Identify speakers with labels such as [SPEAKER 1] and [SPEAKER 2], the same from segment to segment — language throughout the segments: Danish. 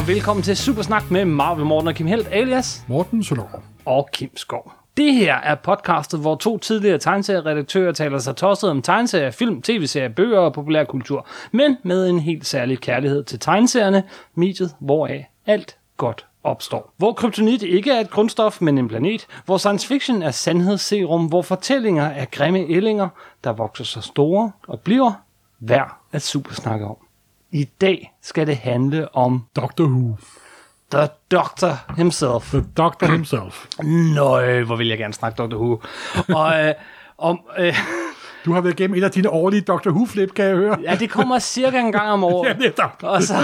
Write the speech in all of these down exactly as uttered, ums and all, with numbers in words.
[SPEAKER 1] og velkommen til Supersnak med Marvel Morten og Kim Helt, alias
[SPEAKER 2] Morten Søndergaard
[SPEAKER 1] og Kim Skov. Det her er podcastet, hvor to tidligere tegneserieredaktører taler sig tosset om tegneserier, film, tv-serier, bøger og populærkultur, men med en helt særlig kærlighed til tegneserierne, mediet, hvoraf alt godt opstår. Hvor kryptonit ikke er et grundstof, men en planet, hvor science fiction er sandhedsserum, hvor fortællinger er grimme ællinger, der vokser så store og bliver værd at supersnakke om. I dag skal det handle om
[SPEAKER 2] Doctor Who.
[SPEAKER 1] The Doctor himself.
[SPEAKER 2] The Doctor himself.
[SPEAKER 1] Nøj, hvor vil jeg gerne snakke Doctor Who. Og øh, om... Øh,
[SPEAKER 2] Du har været igennem et af dine årlige Doctor Who-flip, kan jeg høre.
[SPEAKER 1] ja, det kommer cirka en gang om året.
[SPEAKER 2] Ja, netop.
[SPEAKER 1] Og så...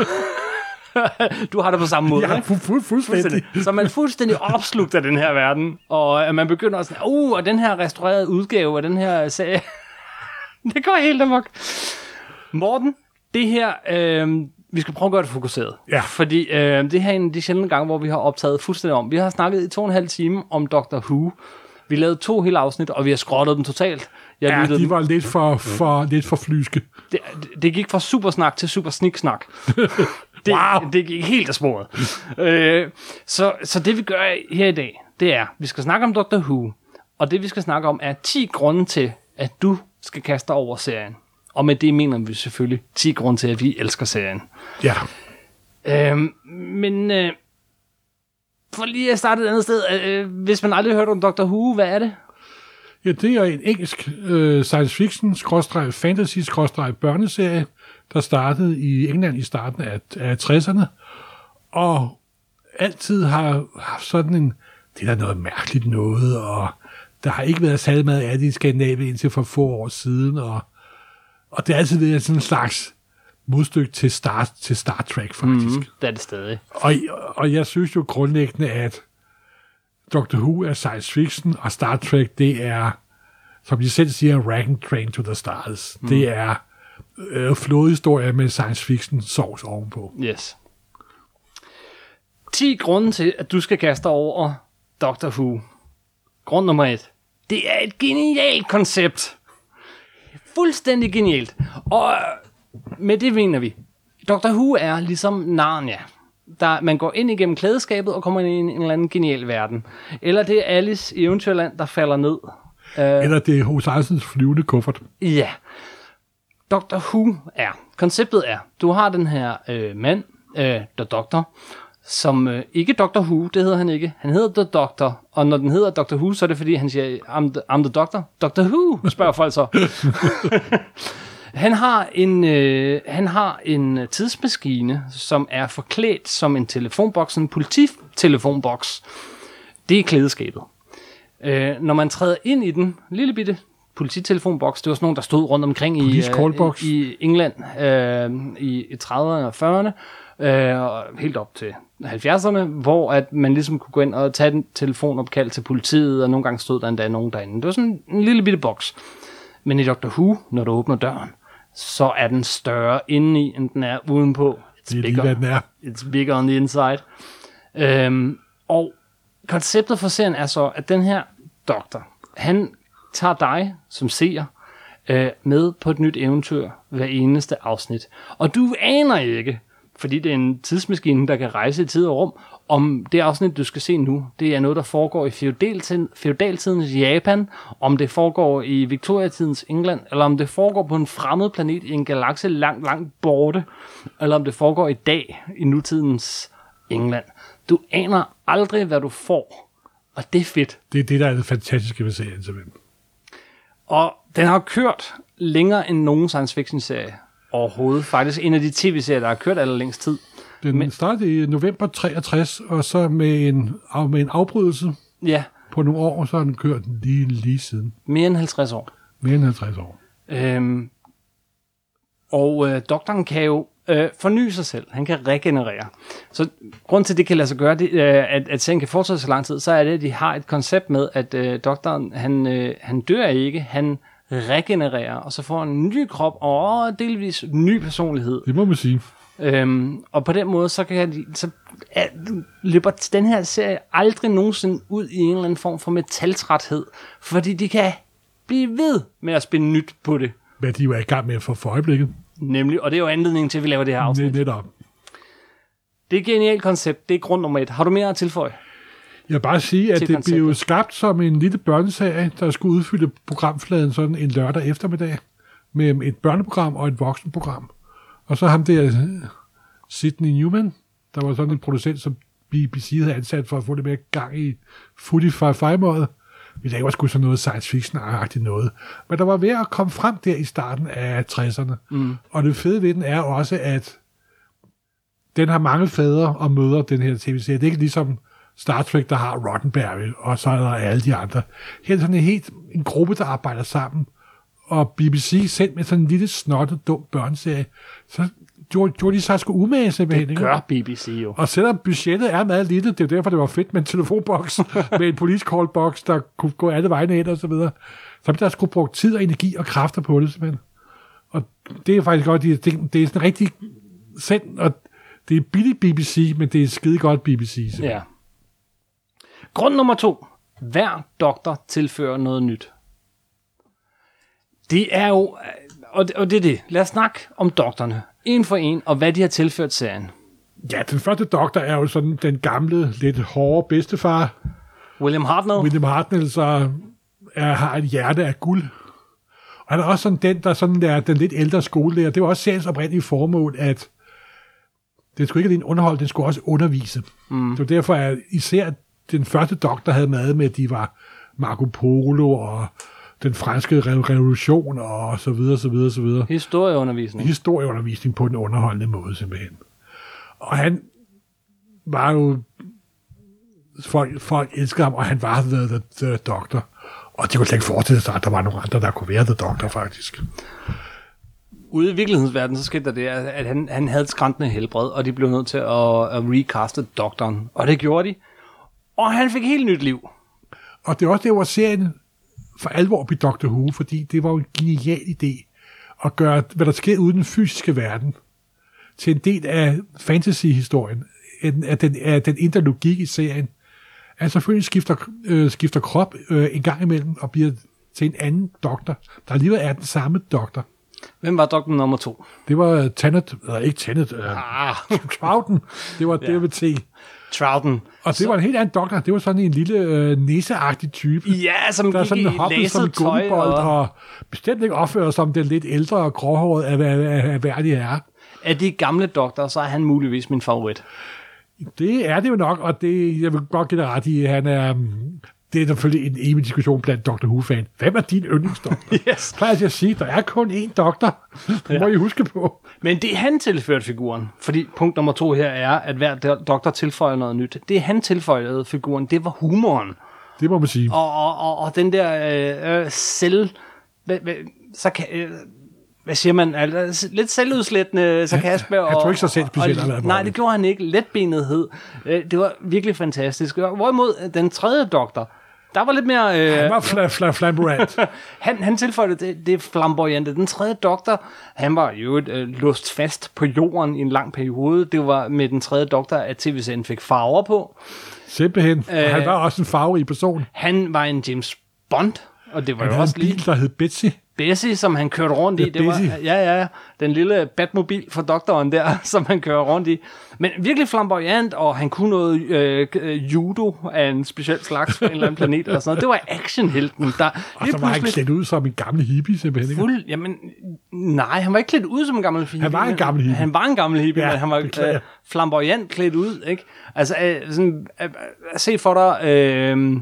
[SPEAKER 1] Du har det på samme måde,
[SPEAKER 2] Ja,
[SPEAKER 1] ikke?
[SPEAKER 2] fu- fu- fuldstændig.
[SPEAKER 1] Så man er fuldstændig opslugt af den her verden. Og at man begynder at sige, uh, og den her restaurerede udgave af den her serie... Det går helt amok. Morten, det her... Øh, vi skal prøve at gøre det fokuseret.
[SPEAKER 2] Ja.
[SPEAKER 1] Fordi øh, det her er en af de sjældne gange, hvor vi har optaget fuldstændig om. Vi har snakket i to og en halv time om Doctor Who. Vi lavede to hele afsnit, og vi har skrottet dem totalt. Jeg
[SPEAKER 2] Ja,
[SPEAKER 1] lyttede
[SPEAKER 2] de
[SPEAKER 1] dem.
[SPEAKER 2] var lidt for, for, lidt for flyske.
[SPEAKER 1] Det, det gik fra supersnak til super sniksnak. Det,
[SPEAKER 2] Wow.
[SPEAKER 1] det gik helt af sporet. øh, så, så det vi gør her i dag, det er, vi skal snakke om Doctor Who, og det vi skal snakke om er ti grunde til, at du skal kaste dig over serien. Og med det mener vi selvfølgelig ti grunde til, at vi elsker serien.
[SPEAKER 2] Ja.
[SPEAKER 1] Øh, men øh, for lige at starte et andet sted, øh, hvis man aldrig har hørt om Doctor Who, hvad er det?
[SPEAKER 2] Ja, det er en engelsk øh, science fiction, skråstreg, fantasy, skråstreg, børneserie, der startede i England i starten af, af tresserne, og altid har haft sådan en, det er da noget mærkeligt noget, og der har ikke været særlig meget af det i Skandinavien indtil for få år siden, og, og det har altid været sådan en slags modstykke til Star, til Star Trek, faktisk.
[SPEAKER 1] Mm, det er det stadig.
[SPEAKER 2] Og, og jeg synes jo grundlæggende, at Doctor Who er science fiction, og Star Trek, det er, som de selv siger, Wagon Train to the Stars. Mm. Det er øh, flodhistorie med science fiction sovs ovenpå.
[SPEAKER 1] Yes. ti grunde til, at du skal kaste dig over Doctor Who. Grund nummer et. Det er et genialt koncept. Fuldstændig genialt. Og med det mener vi. Doctor Who er ligesom Narnia. Der, man går ind igennem klædeskabet og kommer ind i en, en eller anden genial verden. Eller det er Alice i Eventyrland, der falder ned. Uh,
[SPEAKER 2] Eller det er H C. Andersens flyvende kuffert.
[SPEAKER 1] Ja. Doctor Who er, konceptet er, du har den her øh, mand, øh, The Doctor, som øh, ikke Doctor Who, det hedder han ikke, han hedder The Doctor, og når den hedder Doctor Who, så er det fordi, han siger, I'm the, I'm the Doctor, Doctor Who, spørger folk så. Han har en, øh, han har en tidsmaskine, som er forklædt som en telefonboks, en polititelefonboks. Det er klædeskabet. Øh, når man træder ind i den, lille bitte polititelefonboks, det var sådan nogle, der stod rundt omkring i, øh, i England øh, i, i trediverne og fyrrerne, øh, og helt op til halvfjerdserne, hvor at man ligesom kunne gå ind og tage den telefonopkald til politiet, og nogle gange stod der endda nogen derinde. Det var sådan en lille bitte boks. Men i Doctor Who, når du åbner døren, så er den større indeni, end den er udenpå. It's
[SPEAKER 2] Det er lige,
[SPEAKER 1] bigger.
[SPEAKER 2] hvad den er.
[SPEAKER 1] It's bigger on the inside. Øhm, og konceptet for serien er så, at den her doktor, han tager dig som seer øh, med på et nyt eventyr hver eneste afsnit. Og du aner ikke, fordi det er en tidsmaskine, der kan rejse i tid og rum, om det afsnit, du skal se nu, det er noget, der foregår i feudaltiden, feudaltidens Japan, om det foregår i Victoriatidens England, eller om det foregår på en fremmed planet i en galakse langt, langt borte, eller om det foregår i dag i nutidens England. Du aner aldrig, hvad du får, og det er fedt.
[SPEAKER 2] Det er det, der er det fantastiske ved serien, simpelthen.
[SPEAKER 1] Og den har kørt længere end nogen science fiction serie overhovedet. Faktisk en af de tv-serier, der har kørt allerlængst tid.
[SPEAKER 2] Den Men, startede i november treogtres, og så med en, med en afbrydelse
[SPEAKER 1] ja.
[SPEAKER 2] på nogle år, så har den kørt lige, lige siden.
[SPEAKER 1] Mere end halvtreds år.
[SPEAKER 2] Mere end halvtreds år.
[SPEAKER 1] Øhm, og øh, doktoren kan jo øh, forny sig selv. Han kan regenerere. Så grund til, at det kan lade sig gøre, det, øh, at, at serien kan fortsætte så lang tid, så er det, at de har et koncept med, at øh, doktoren, han, øh, han dør ikke, han regenererer, og så får han en ny krop, og delvis ny personlighed.
[SPEAKER 2] Det må man sige.
[SPEAKER 1] Øhm, og på den måde, så, kan de, så er, løber den her serie aldrig nogensinde ud i en eller anden form for metaltræthed, fordi de kan blive ved med at spille nyt på det.
[SPEAKER 2] Hvad de jo er i gang med for, for øjeblikket.
[SPEAKER 1] Nemlig, og det er jo anledningen til, at vi laver det her afsnit.
[SPEAKER 2] Netop.
[SPEAKER 1] Det er et genialt koncept. Det er grund nummer et. Har du mere at tilføje?
[SPEAKER 2] Jeg vil bare sige, at
[SPEAKER 1] Til
[SPEAKER 2] det
[SPEAKER 1] konceptet.
[SPEAKER 2] blev skabt som en lille børneserie, der skulle udfylde programfladen sådan en lørdag eftermiddag, med et børneprogram og et voksenprogram. Og så ham der, Sidney Newman, der var sådan en producent, som B B C havde ansat for at få det mere gang i footy fi-fi-mådet. Vi laver sgu sådan noget science fiction-agtigt noget. Men der var ved at komme frem der i starten af tresserne. Mm. Og det fede ved den er også, at den har mange fædre og mødre, den her tv-serie. Det er ikke ligesom Star Trek, der har Roddenberry, og så er der alle de andre. Her er sådan en helt en gruppe, der arbejder sammen. Og B B C selv med sådan en lille snottet, dum børneserie, så gjorde, gjorde de sig sgu umage simpelthen.
[SPEAKER 1] Det gør B B C jo.
[SPEAKER 2] Og selvom budgettet er meget lille, det er derfor, det var fedt med en telefonboks, med en police call box, der kunne gå alle vegne ind og så videre. Så der skulle brugt tid og energi og kræfter på det simpelthen. Og det er faktisk godt, det, det, det er sådan rigtig sendt, og det er billigt B B C, men det er skide godt B B C. Simpelthen.
[SPEAKER 1] Ja. Grund nummer to. Hver doktor tilfører noget nyt. Det er jo, og det, og det er det. Lad os snakke om doktorerne. En for en, og hvad de har tilført serien.
[SPEAKER 2] Ja, den første doktor er jo sådan den gamle, lidt hårde bedstefar.
[SPEAKER 1] William Hartnell.
[SPEAKER 2] William Hartnell, så er, har et hjerte af guld. Og han er også sådan den, der sådan er den lidt ældre skolelærer. Det var også seriens oprindelige formål, at det skulle ikke alene underholde, den skulle også undervise. Mm. Det var derfor, at især den første doktor havde med, med at de var Marco Polo og den franske revolution og så videre, så videre, så videre.
[SPEAKER 1] Historieundervisning.
[SPEAKER 2] Historieundervisning på den underholdende måde, simpelthen. Og han var jo... Folk, folk elskede ham, og han var the, the, the doctor. Og de kunne slet ikke forestille sig, at der var nogle andre, der kunne være the doctor, faktisk.
[SPEAKER 1] Ude i virkelighedens verden, så skete der det, at han, han havde et skrantende helbred, og de blev nødt til at, at recaste doktoren. Og det gjorde de. Og han fik helt nyt liv.
[SPEAKER 2] Og det er også det, hvor serien for alvor blev Doctor Who, fordi det var jo en genial idé at gøre, hvad der sker ude i den fysiske verden, til en del af fantasy-historien, af den, af den indre logik i serien, at selvfølgelig skifter, øh, skifter krop øh, en gang imellem og bliver til en anden doktor, der alligevel er den samme doktor.
[SPEAKER 1] Hvem var doktor nummer to?
[SPEAKER 2] Det var Tennant, eller ikke Tennant, øh,
[SPEAKER 1] Ah.
[SPEAKER 2] Troughton, det var
[SPEAKER 1] Ja.
[SPEAKER 2] D V T.
[SPEAKER 1] Troughton.
[SPEAKER 2] Og det så var en helt anden doktor, det var sådan en lille øh, nisseagtig type.
[SPEAKER 1] Ja, som
[SPEAKER 2] der er
[SPEAKER 1] gik
[SPEAKER 2] sådan
[SPEAKER 1] i
[SPEAKER 2] hoppet som en
[SPEAKER 1] laset tøj.
[SPEAKER 2] gummibold,
[SPEAKER 1] Og...
[SPEAKER 2] og bestemt ikke opfører som den lidt ældre og gråhåret af, af, af værdig er.
[SPEAKER 1] Af de gamle doktorer, så er han muligvis min favorit.
[SPEAKER 2] Det er det jo nok, og det, jeg vil godt give dig ret i, han er... Det er selvfølgelig en evig diskussion blandt Doctor Who-fan. Hvem er din yndlingsdoktor?
[SPEAKER 1] Yes.
[SPEAKER 2] Plejer jeg at sige, der er kun én doktor. Det må
[SPEAKER 1] Ja.
[SPEAKER 2] I huske på.
[SPEAKER 1] Men det er han tilført figuren. Fordi punkt nummer to her er, at hver doktor tilføjer noget nyt. Det han tilføjede figuren, det var humoren.
[SPEAKER 2] Det må man sige.
[SPEAKER 1] Og, og, og, og den der øh, øh, selv... Hvad, hvad, så kan, øh, hvad siger man? Altså, lidt selvudslættende sarkasme.
[SPEAKER 2] Han tog ikke sig selv specielt
[SPEAKER 1] og,
[SPEAKER 2] alvorligt.
[SPEAKER 1] Nej, det gjorde han ikke. Letbenethed. Øh, det var virkelig fantastisk. Hvorimod den tredje doktor, der var lidt mere... Øh,
[SPEAKER 2] Han var fla, fla, flamboyant.
[SPEAKER 1] han, han tilføjede det, det flamboyante. Den tredje doktor, han var jo et øh, låst fast på jorden i en lang periode. Det var med den tredje doktor, at tv-serien fik farver på.
[SPEAKER 2] Simpelthen. Og
[SPEAKER 1] Øh,
[SPEAKER 2] han var også en farverig person.
[SPEAKER 1] Han var en James Bond, og det var
[SPEAKER 2] Han
[SPEAKER 1] jo
[SPEAKER 2] havde
[SPEAKER 1] også
[SPEAKER 2] en
[SPEAKER 1] lige
[SPEAKER 2] bil, der hed Betsy.
[SPEAKER 1] Bessie, som han kørte rundt i.
[SPEAKER 2] Ja,
[SPEAKER 1] Det var,
[SPEAKER 2] Bessie.
[SPEAKER 1] ja, ja, den lille Batmobil for doktoren der, som han kører rundt i. Men virkelig flamboyant, og han kunne noget øh, øh, judo af en speciel slags på en eller anden planet. Eller sådan noget. Det var actionhelten, der
[SPEAKER 2] Og så var han klædt ud som en gammel hippie, simpelthen. Ikke?
[SPEAKER 1] Fuld, jamen, nej, han var ikke klædt ud som en gammel hippie.
[SPEAKER 2] Han var en gammel hippie.
[SPEAKER 1] Han var en gammel hippie,
[SPEAKER 2] Ja,
[SPEAKER 1] men han var
[SPEAKER 2] beklager.
[SPEAKER 1] øh, flamboyant klædt ud, ikke? Altså, øh, sådan, øh, øh, se for dig, øh,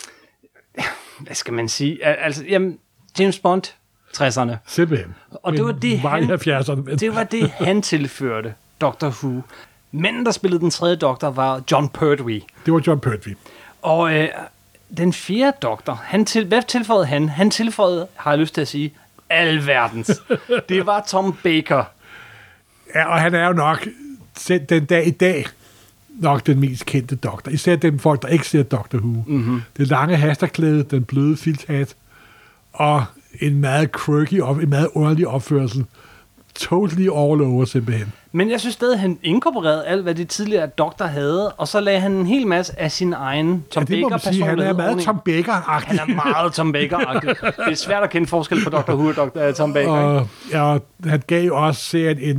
[SPEAKER 1] hvad skal man sige? Al- Altså, jamen, James Bond, tresserne.
[SPEAKER 2] Simpelthen.
[SPEAKER 1] Og det var det,
[SPEAKER 2] var i
[SPEAKER 1] han,
[SPEAKER 2] halvfjerdserne. Men...
[SPEAKER 1] det var det, han tilførte Doctor Who. Manden, der spillede den tredje doktor, var John Pertwee.
[SPEAKER 2] Det var John Pertwee.
[SPEAKER 1] Og øh, den fjerde doktor, han til, hvad tilføjede han? Han tilføjede, har jeg lyst til at sige, alverdens. Det var Tom Baker.
[SPEAKER 2] Ja, og han er jo nok selv den dag i dag nok den mest kendte doktor. Især dem folk, der ikke ser Doctor Who. Mm-hmm. Det lange hasterklæde, den bløde filthat, og en meget quirky, op, en meget underlig opførsel. Totally all over, simpelthen.
[SPEAKER 1] Men jeg synes stadig, han inkorporerede alt, hvad de tidligere doktor havde, og så lagde han en hel masse af sin egen Tom
[SPEAKER 2] Ja, det må man sige. Han er meget Tom Baker-agtig.
[SPEAKER 1] Han er meget Tom Baker-agtig. Det er svært at kende forskel på Doctor Who og Doctor, uh, Tom Baker.
[SPEAKER 2] Og ja, han gav også serien en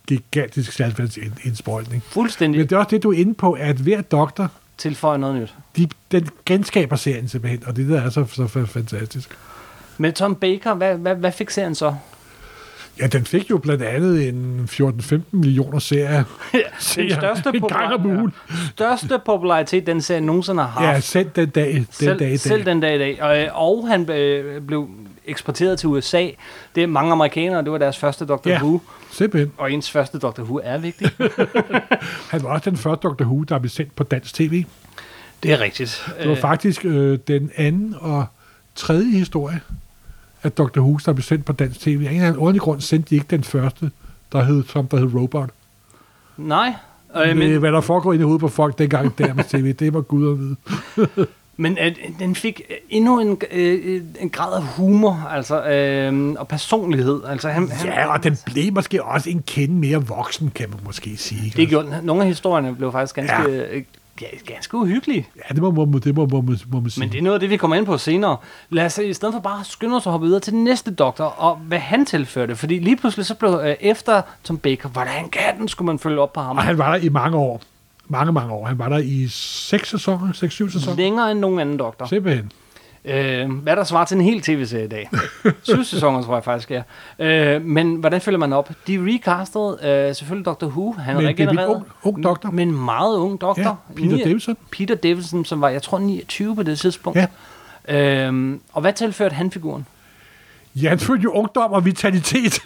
[SPEAKER 2] gigantisk saltvandsindsprøjtning.
[SPEAKER 1] Fuldstændig.
[SPEAKER 2] Men det er også det, du er inde på, at hver doktor,
[SPEAKER 1] Tilføjer noget nyt.
[SPEAKER 2] de, den genskaber serien simpelthen, og det der er så, så fantastisk.
[SPEAKER 1] Men Tom Baker, hvad, hvad, hvad fik serien så?
[SPEAKER 2] Ja, den fik jo blandt andet en fjorten femten millioner serier.
[SPEAKER 1] Ja, den største,
[SPEAKER 2] en gang om ugen.
[SPEAKER 1] ja, største popularitet, den serie nogensinde har haft.
[SPEAKER 2] Ja, selv den dag, den
[SPEAKER 1] selv,
[SPEAKER 2] dag i dag.
[SPEAKER 1] Selv den dag i dag. Og, og han øh, blev eksporteret til U S A. Det er mange amerikanere, det var deres første Doctor
[SPEAKER 2] Ja,
[SPEAKER 1] Who.
[SPEAKER 2] simpelthen.
[SPEAKER 1] Og ens første Doctor Who er vigtig.
[SPEAKER 2] Han var også den første Doctor Who, der blev sendt på dansk tv.
[SPEAKER 1] Det er rigtigt.
[SPEAKER 2] Det var faktisk øh, den anden og tredje historie af Doctor Who, der blev sendt på dansk tv. Af en eller anden ordentlig grund sendte de ikke den første, der hed, som der hed Robot.
[SPEAKER 1] Nej. Øh,
[SPEAKER 2] Men,
[SPEAKER 1] men
[SPEAKER 2] hvad der foregår inde i hovedet på folk dengang der med tv, det var Gud at vide.
[SPEAKER 1] men øh, den fik endnu en, øh, en grad af humor altså, øh, og personlighed. Altså, han, han,
[SPEAKER 2] Ja, og den blev måske også en kende mere voksen, kan man måske sige. Ikke?
[SPEAKER 1] det gjorde, nogle af historierne blev faktisk ganske,
[SPEAKER 2] Ja.
[SPEAKER 1] ja. Ja, ganske uhyggelige.
[SPEAKER 2] Ja, det må, må, det må, må, må man sige.
[SPEAKER 1] Men det er noget af det, vi kommer ind på senere. Lad os i stedet for bare skynde os at hoppe videre til den næste doktor, og hvad han tilførte. Fordi lige pludselig så blev øh, efter Tom Baker, hvordan katten skulle man følge op på ham?
[SPEAKER 2] Og han var der i mange år. Mange, mange år. Han var der i seks sæsoner, seks, syv sæsoner.
[SPEAKER 1] Længere end nogen anden doktor.
[SPEAKER 2] Simpelthen.
[SPEAKER 1] Øh, hvad der svarer til en hel tv-serie i dag. Syv sæsoner, tror jeg faktisk, ja. Øh, men hvordan følger man op? De recastede øh, selvfølgelig Doctor Who. Han
[SPEAKER 2] Men det er en
[SPEAKER 1] regenereret.
[SPEAKER 2] ung, ung doktor.
[SPEAKER 1] Men meget ung doktor.
[SPEAKER 2] Ja, Peter
[SPEAKER 1] Ni-
[SPEAKER 2] Davison.
[SPEAKER 1] Peter Davison, som var, jeg tror, niogtyve på det tidspunkt.
[SPEAKER 2] Ja.
[SPEAKER 1] Øhm, og hvad tilførte han figuren?
[SPEAKER 2] Ja, han følte jo ungdom og vitalitet.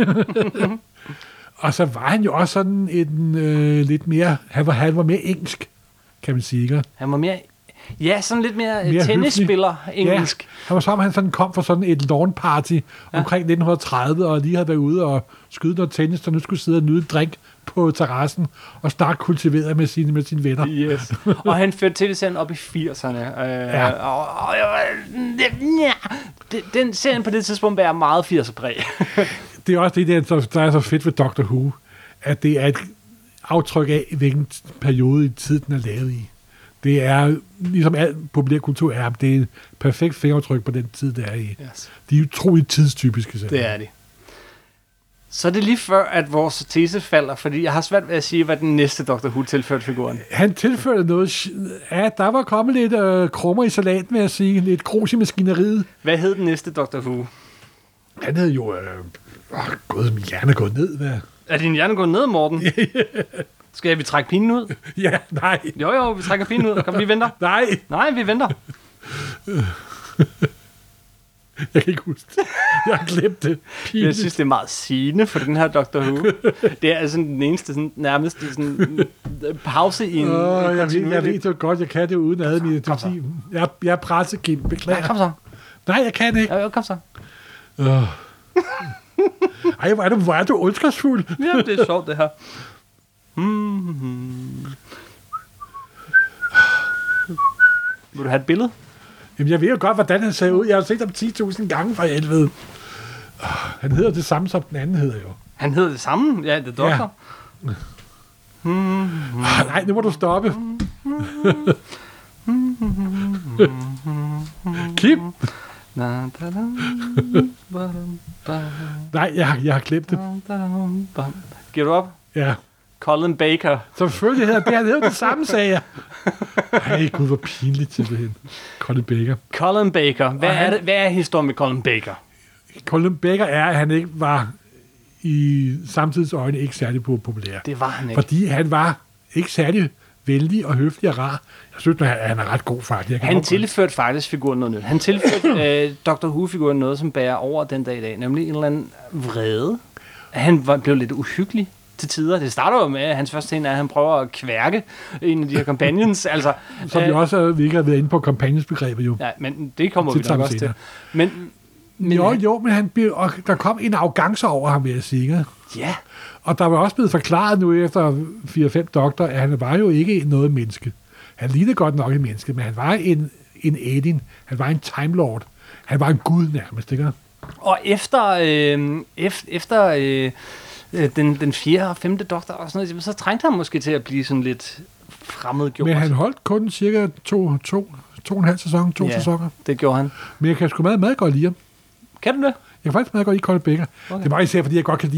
[SPEAKER 2] Og så var han jo også sådan en øh, lidt mere... Han var, han var mere engelsk, kan man sige, ikke?
[SPEAKER 1] Han var mere... Ja, sådan lidt mere,
[SPEAKER 2] Mere
[SPEAKER 1] mere tennisspiller engelsk.
[SPEAKER 2] Ja, han var som om, han sådan kom fra sådan et lawn party ja. omkring nitten tredive, og lige havde været ude og skyde noget tennis, der nu skulle sidde og nyde en drink på terrassen, og snart kultiveret med sine, med sine venner.
[SPEAKER 1] Yes. Og han førte tv-serien op i firserne. Øh,
[SPEAKER 2] Ja.
[SPEAKER 1] og, og, ja, den, den serien på det tidspunkt er meget firser-præg.
[SPEAKER 2] Det er også det, der, der er så fedt ved Doctor Who, at det er et aftryk af, hvilken periode i tid, den er lavet i. Det er, ligesom al populærkultur er, det er et perfekt fingeraftryk på den tid, det er i.
[SPEAKER 1] Yes.
[SPEAKER 2] De er utroligt tidstypiske.
[SPEAKER 1] Det er det. Så er det lige før, at vores tese falder, fordi jeg har svært ved at sige, hvad den næste Doctor Who tilførte figuren.
[SPEAKER 2] Han tilførte noget... Ja, der var kommet lidt øh, krummer i salaten, vil jeg sige. Lidt grus i maskineriet.
[SPEAKER 1] Hvad hed den næste Doctor Who?
[SPEAKER 2] Han havde jo... Øh, åh, gået, min hjerne er gået ned, hvad?
[SPEAKER 1] Er din hjerne gået ned, Morten? Skal vi trække pinen ud?
[SPEAKER 2] Ja, nej.
[SPEAKER 1] Jo, jo, vi trækker pinen ud. Kom, vi venter.
[SPEAKER 2] Nej,
[SPEAKER 1] Nej, vi venter.
[SPEAKER 2] jeg kan ikke huske det. Jeg har glemt det. Pinligt.
[SPEAKER 1] Jeg synes, det er meget sigende for den her Doctor Who. Det er altså den eneste sådan, nærmest sådan, pause i en...
[SPEAKER 2] Åh,
[SPEAKER 1] en
[SPEAKER 2] jeg, ved, jeg
[SPEAKER 1] kontinuitet.
[SPEAKER 2] ved det godt, jeg kan det uden administrativ. Jeg, jeg er presset, Kim. Beklager.
[SPEAKER 1] Ja, kom så.
[SPEAKER 2] Nej, jeg kan ikke.
[SPEAKER 1] Ja, kom så.
[SPEAKER 2] Uh. Ej, hvor er du, hvor er du ondskabsfuld.
[SPEAKER 1] Ja, det er sjovt, det her. Mm-hmm. Vil du have et billede?
[SPEAKER 2] Jamen, jeg ved jo godt, hvordan han ser ud. Jeg har set ham ti tusind gange for helvede. Uh, han hedder det samme, som den anden hedder jo.
[SPEAKER 1] Han hedder det samme. Ja, det er doktor.
[SPEAKER 2] Ja. Uh, nej, nu må du stoppe. Kim? Nej, jeg, jeg har glemt det.
[SPEAKER 1] Giver du op?
[SPEAKER 2] Ja.
[SPEAKER 1] Colin Baker.
[SPEAKER 2] Selvfølgelig hedder det. Han hedder det samme, sagde jeg. Ej, gud, hvor pinligt simpelthen. Colin Baker.
[SPEAKER 1] Colin Baker. Hvad,
[SPEAKER 2] Og han-
[SPEAKER 1] er, det, hvad er historien med Colin Baker?
[SPEAKER 2] Colin Baker er, at han ikke var i samtids øjne ikke særlig populær.
[SPEAKER 1] Det var han ikke.
[SPEAKER 2] Fordi han var ikke særlig venlig og høflig og rar. Jeg synes, at han er ret god faktisk. Jeg kan
[SPEAKER 1] Han
[SPEAKER 2] godt-
[SPEAKER 1] tilførte faktisk figuren noget nyt. Han tilførte øh, Doctor Who-figuren noget, som bærer over den dag i dag. Nemlig en eller anden vrede. Han var, blev lidt uhyggelig til tider. Det starter jo med, at hans første scene er, at han prøver at kværke en af de her companions. altså,
[SPEAKER 2] Som vi også vi ikke har været inde på companionsbegrebet jo.
[SPEAKER 1] Ja, men det kommer
[SPEAKER 2] Det
[SPEAKER 1] vi nok
[SPEAKER 2] tager vi
[SPEAKER 1] også til.
[SPEAKER 2] senere.
[SPEAKER 1] Men, men
[SPEAKER 2] jo,
[SPEAKER 1] han-
[SPEAKER 2] jo, men han blev, og der kom en arrogance over ham, vil jeg sige. Ikke?
[SPEAKER 1] Ja,
[SPEAKER 2] Og der var også blevet forklaret nu efter fire fem doktor, at han var jo ikke noget menneske. Han lignede godt nok et menneske, men han var en, en alien. Han var en Time Lord. Han var en gud nærmest, ikke?
[SPEAKER 1] og efter, øh, efter, efter øh, øh, den, den fjerde og femte doktor, og sådan noget, så trængte han måske til at blive sådan lidt fremmedgjort.
[SPEAKER 2] Men han holdt kun cirka to, to, to og en halv sæson, to
[SPEAKER 1] Ja.
[SPEAKER 2] sæsoner.
[SPEAKER 1] Det gjorde han.
[SPEAKER 2] Men jeg kan sgu meget, meget godt lide ham.
[SPEAKER 1] Kan du det?
[SPEAKER 2] Jeg kan faktisk meget godt lide Colin Baker.
[SPEAKER 1] Okay.
[SPEAKER 2] Det var især, fordi jeg godt kan lide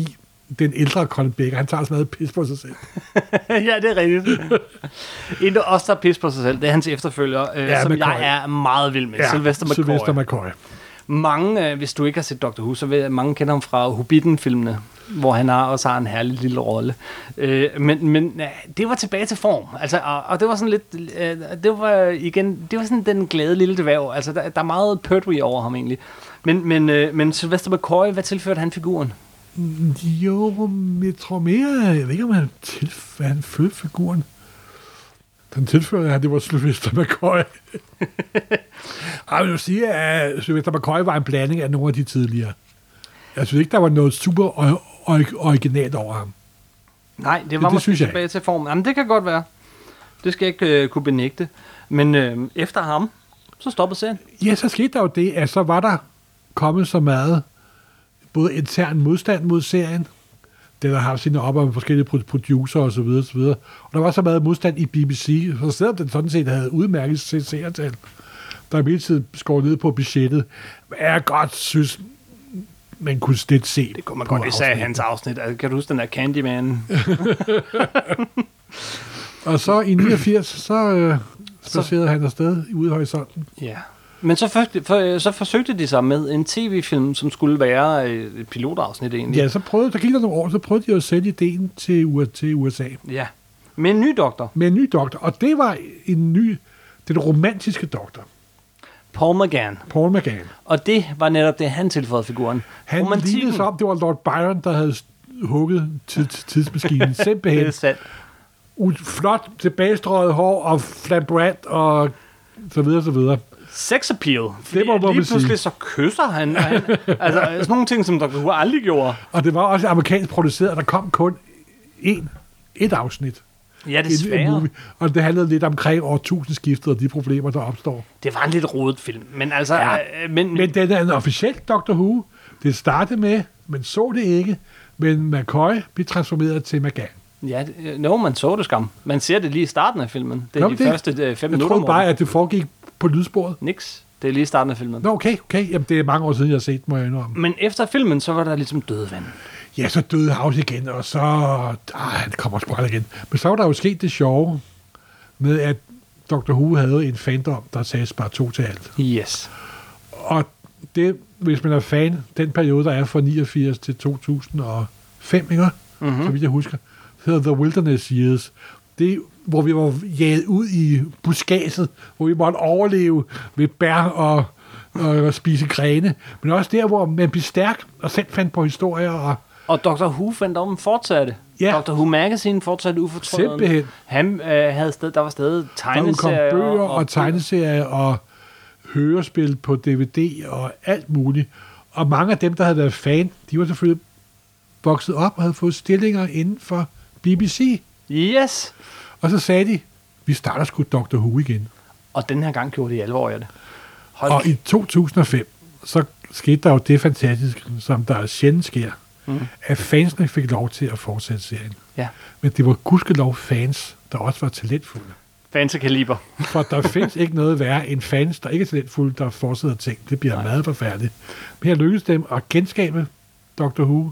[SPEAKER 2] den ældre Colin Baker. Han tager så meget pis på sig selv.
[SPEAKER 1] Ja, det er rigtigt. En, der også tager pis på sig selv, det er hans efterfølger, øh, ja, som
[SPEAKER 2] McCoy.
[SPEAKER 1] jeg er meget vild med.
[SPEAKER 2] Ja,
[SPEAKER 1] Sylvester McCoy.
[SPEAKER 2] Sylvester McCoy.
[SPEAKER 1] Mange, øh, hvis du ikke har set Doctor Who, så vil mange kender ham fra Hobbiten-filmene, hvor han har, også har en herlig lille rolle. Øh, men men ja, det var tilbage til form. Altså, og, og det var sådan lidt... Øh, det var igen... Det var sådan den glade lille dværg. Altså, der, der er meget Pertwee over ham egentlig. Men, men, øh, men Sylvester McCoy, hvad tilførte han figuren?
[SPEAKER 2] Jo, jeg tror mere... Jeg ved ikke, om han, tilf- han følte figuren. Den tilførte, at det var Sylvester McCoy. Jeg vil sige, at Sylvester McCoy var en blanding af nogle af de tidligere. Jeg synes ikke, der var noget super or- originalt over ham.
[SPEAKER 1] Nej, det var
[SPEAKER 2] det, det
[SPEAKER 1] måske
[SPEAKER 2] jeg.
[SPEAKER 1] tilbage til formen. Jamen, det kan godt være. Det skal jeg ikke øh, kunne benægte. Men øh, efter ham, så stoppede serien.
[SPEAKER 2] Ja, så skete der jo det, at så var der kommet så meget både intern modstand mod serien, den har haft sine op af forskellige producer og så videre, og så videre. Og der var så meget modstand i B B C, så selvom den sådan set havde udmærket til seertal, der er hele tiden skåret ned på budgettet, men jeg godt synes, man kunne slet se.
[SPEAKER 1] Det kunne man godt, især i hans afsnit. Altså, kan du huske den der Candyman?
[SPEAKER 2] Og så i niogfirs, så øh, spacerede han afsted ude i horisonten.
[SPEAKER 1] Ja. Men så, for, for, så forsøgte de sig med en tv-film, som skulle være et pilotafsnit egentlig.
[SPEAKER 2] Ja, så prøvede, der gik der nogle år, så prøvede de at sælge ideen til, til U S A.
[SPEAKER 1] Ja, med en ny doktor.
[SPEAKER 2] Med en ny doktor, og det var en ny, den romantiske doktor.
[SPEAKER 1] Paul McGann.
[SPEAKER 2] Paul McGann.
[SPEAKER 1] Og det var netop det, han tilføjede figuren.
[SPEAKER 2] Han lignede sig om, det var Lord Byron, der havde hugget tids, tidsmaskinen. Simpelthen.
[SPEAKER 1] Det er sandt.
[SPEAKER 2] Flot, tilbagestrøget hår og flamboyant og så videre, så videre.
[SPEAKER 1] Sex appeal.
[SPEAKER 2] Det må man
[SPEAKER 1] lige pludselig
[SPEAKER 2] sige.
[SPEAKER 1] så kysser han. han altså sådan nogle ting, som Doctor Who aldrig gjorde.
[SPEAKER 2] Og det var også amerikansk produceret, og der kom kun én, et afsnit.
[SPEAKER 1] Ja, desværre.
[SPEAKER 2] Og det handlede lidt omkring årtusindskiftet og de problemer, der opstår.
[SPEAKER 1] Det var en lidt rodet film, men altså...
[SPEAKER 2] Ja.
[SPEAKER 1] Øh, men,
[SPEAKER 2] men den er en officiel Doctor Who. Det startede med, men så det ikke, men McCoy blev transformeret til McGann.
[SPEAKER 1] Ja, no, man så det skam. Man ser det lige i starten af filmen. Det er
[SPEAKER 2] Nå,
[SPEAKER 1] de
[SPEAKER 2] det,
[SPEAKER 1] første øh, fem
[SPEAKER 2] jeg
[SPEAKER 1] minutter.
[SPEAKER 2] Jeg troede bare, at det foregik på lydsporet.
[SPEAKER 1] Niks. Det er lige i starten af filmen.
[SPEAKER 2] Nå, okay, okay. Jamen, det er mange år siden, jeg har set, må jeg indrømme.
[SPEAKER 1] Men efter filmen, så var der ligesom døde vand.
[SPEAKER 2] Ja, så døde House igen, og så... Ah, han kommer også bare igen. Men så var der jo sket det sjove med, at Doctor Who havde en fandom, der sagde bare to til alt.
[SPEAKER 1] Yes.
[SPEAKER 2] Og det, hvis man er fan, den periode, der er fra niogfirs til to tusind og fem, ikke? Mm-hmm. Så vidt jeg husker, hedder The Wilderness Years. Det hvor vi var jaget ud i buskadset, hvor vi måtte overleve ved bær og, og, og spise grene. Men også der, hvor man blev stærk og selv fandt på historier. Og,
[SPEAKER 1] og Doctor Who fandt om fortsatte.
[SPEAKER 2] Ja.
[SPEAKER 1] Doctor Who Magazine fortsatte ufortrødent.
[SPEAKER 2] Simpelthen.
[SPEAKER 1] Han øh, havde sted, der var stadig tegneserier.
[SPEAKER 2] Der kom bøger og,
[SPEAKER 1] og,
[SPEAKER 2] og tegneserier og hørespil på D V D og alt muligt. Og mange af dem, der havde været fan, de var selvfølgelig vokset op og havde fået stillinger inden for B B C.
[SPEAKER 1] Yes.
[SPEAKER 2] Og så sagde de, vi starter sgu Doctor Who igen.
[SPEAKER 1] Og den her gang gjorde de alvor af det.
[SPEAKER 2] Hold og i to tusind og fem, så skete der jo det fantastiske, som der sjældent sker, mm. at fansene fik lov til at fortsætte serien.
[SPEAKER 1] Ja.
[SPEAKER 2] Men det var gudskelov fans, der også var talentfulde.
[SPEAKER 1] Fans af kaliber.
[SPEAKER 2] For der findes ikke noget værre end fans, der ikke er talentfulde, der fortsætter ting. Det bliver Nej. meget forfærdeligt. Men her lykkedes dem at genskabe Doctor Who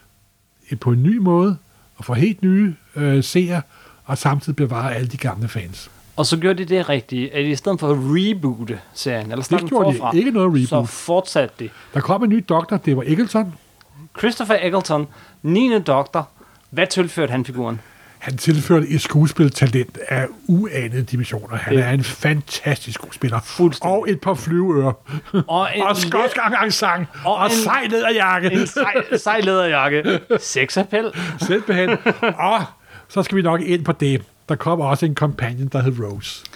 [SPEAKER 2] på en ny måde, og få helt nye øh, seere, og samtidig bevare alle de gamle fans.
[SPEAKER 1] Og så gjorde de det rigtige, at i stedet for at reboote serien, eller starte
[SPEAKER 2] det gjorde
[SPEAKER 1] forfra,
[SPEAKER 2] de ikke noget reboot.
[SPEAKER 1] så fortsatte de.
[SPEAKER 2] Der kom en ny doktor, det var Eccleston.
[SPEAKER 1] Christopher Eccleston, niende doktor. Hvad tilførte han figuren?
[SPEAKER 2] Han tilførte et skuespiltalent af uanede dimensioner. Han det. er en fantastisk skuespiller. Og et par flyveører. Og en og skotsk accent. Og, og en sej læderjakke.
[SPEAKER 1] En sej, sej læderjakke. Sexappel.
[SPEAKER 2] Simpelthen. Og så skal vi nok ind på det. Der kom også en companion, der hed Rose.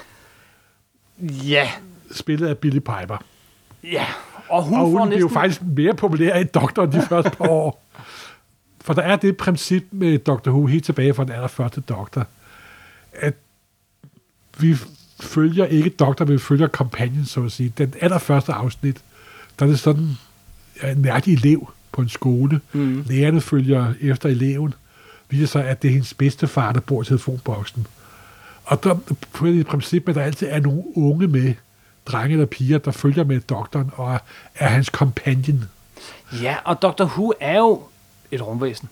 [SPEAKER 1] Ja.
[SPEAKER 2] Spillet af Billie Piper.
[SPEAKER 1] Ja. Og hun,
[SPEAKER 2] og hun
[SPEAKER 1] får
[SPEAKER 2] blev
[SPEAKER 1] næsten...
[SPEAKER 2] jo faktisk mere populær end doktoren de første par år. For der er det princip med Doctor Who helt tilbage fra den allerførste doktor, at vi følger ikke doktor, vi følger companion, så at sige. Den allerførste afsnit, der er det sådan en mærkelig elev på en skole. Mm. Lærerne følger efter eleven. Viser sig, at det er hendes bedstefar, der bor i telefonboksen. Og der er det princip med, at der altid er nogle unge med, drenge eller piger, der følger med doktoren og er, er hans companion.
[SPEAKER 1] Ja, og Doctor Who er jo et rumvæsen.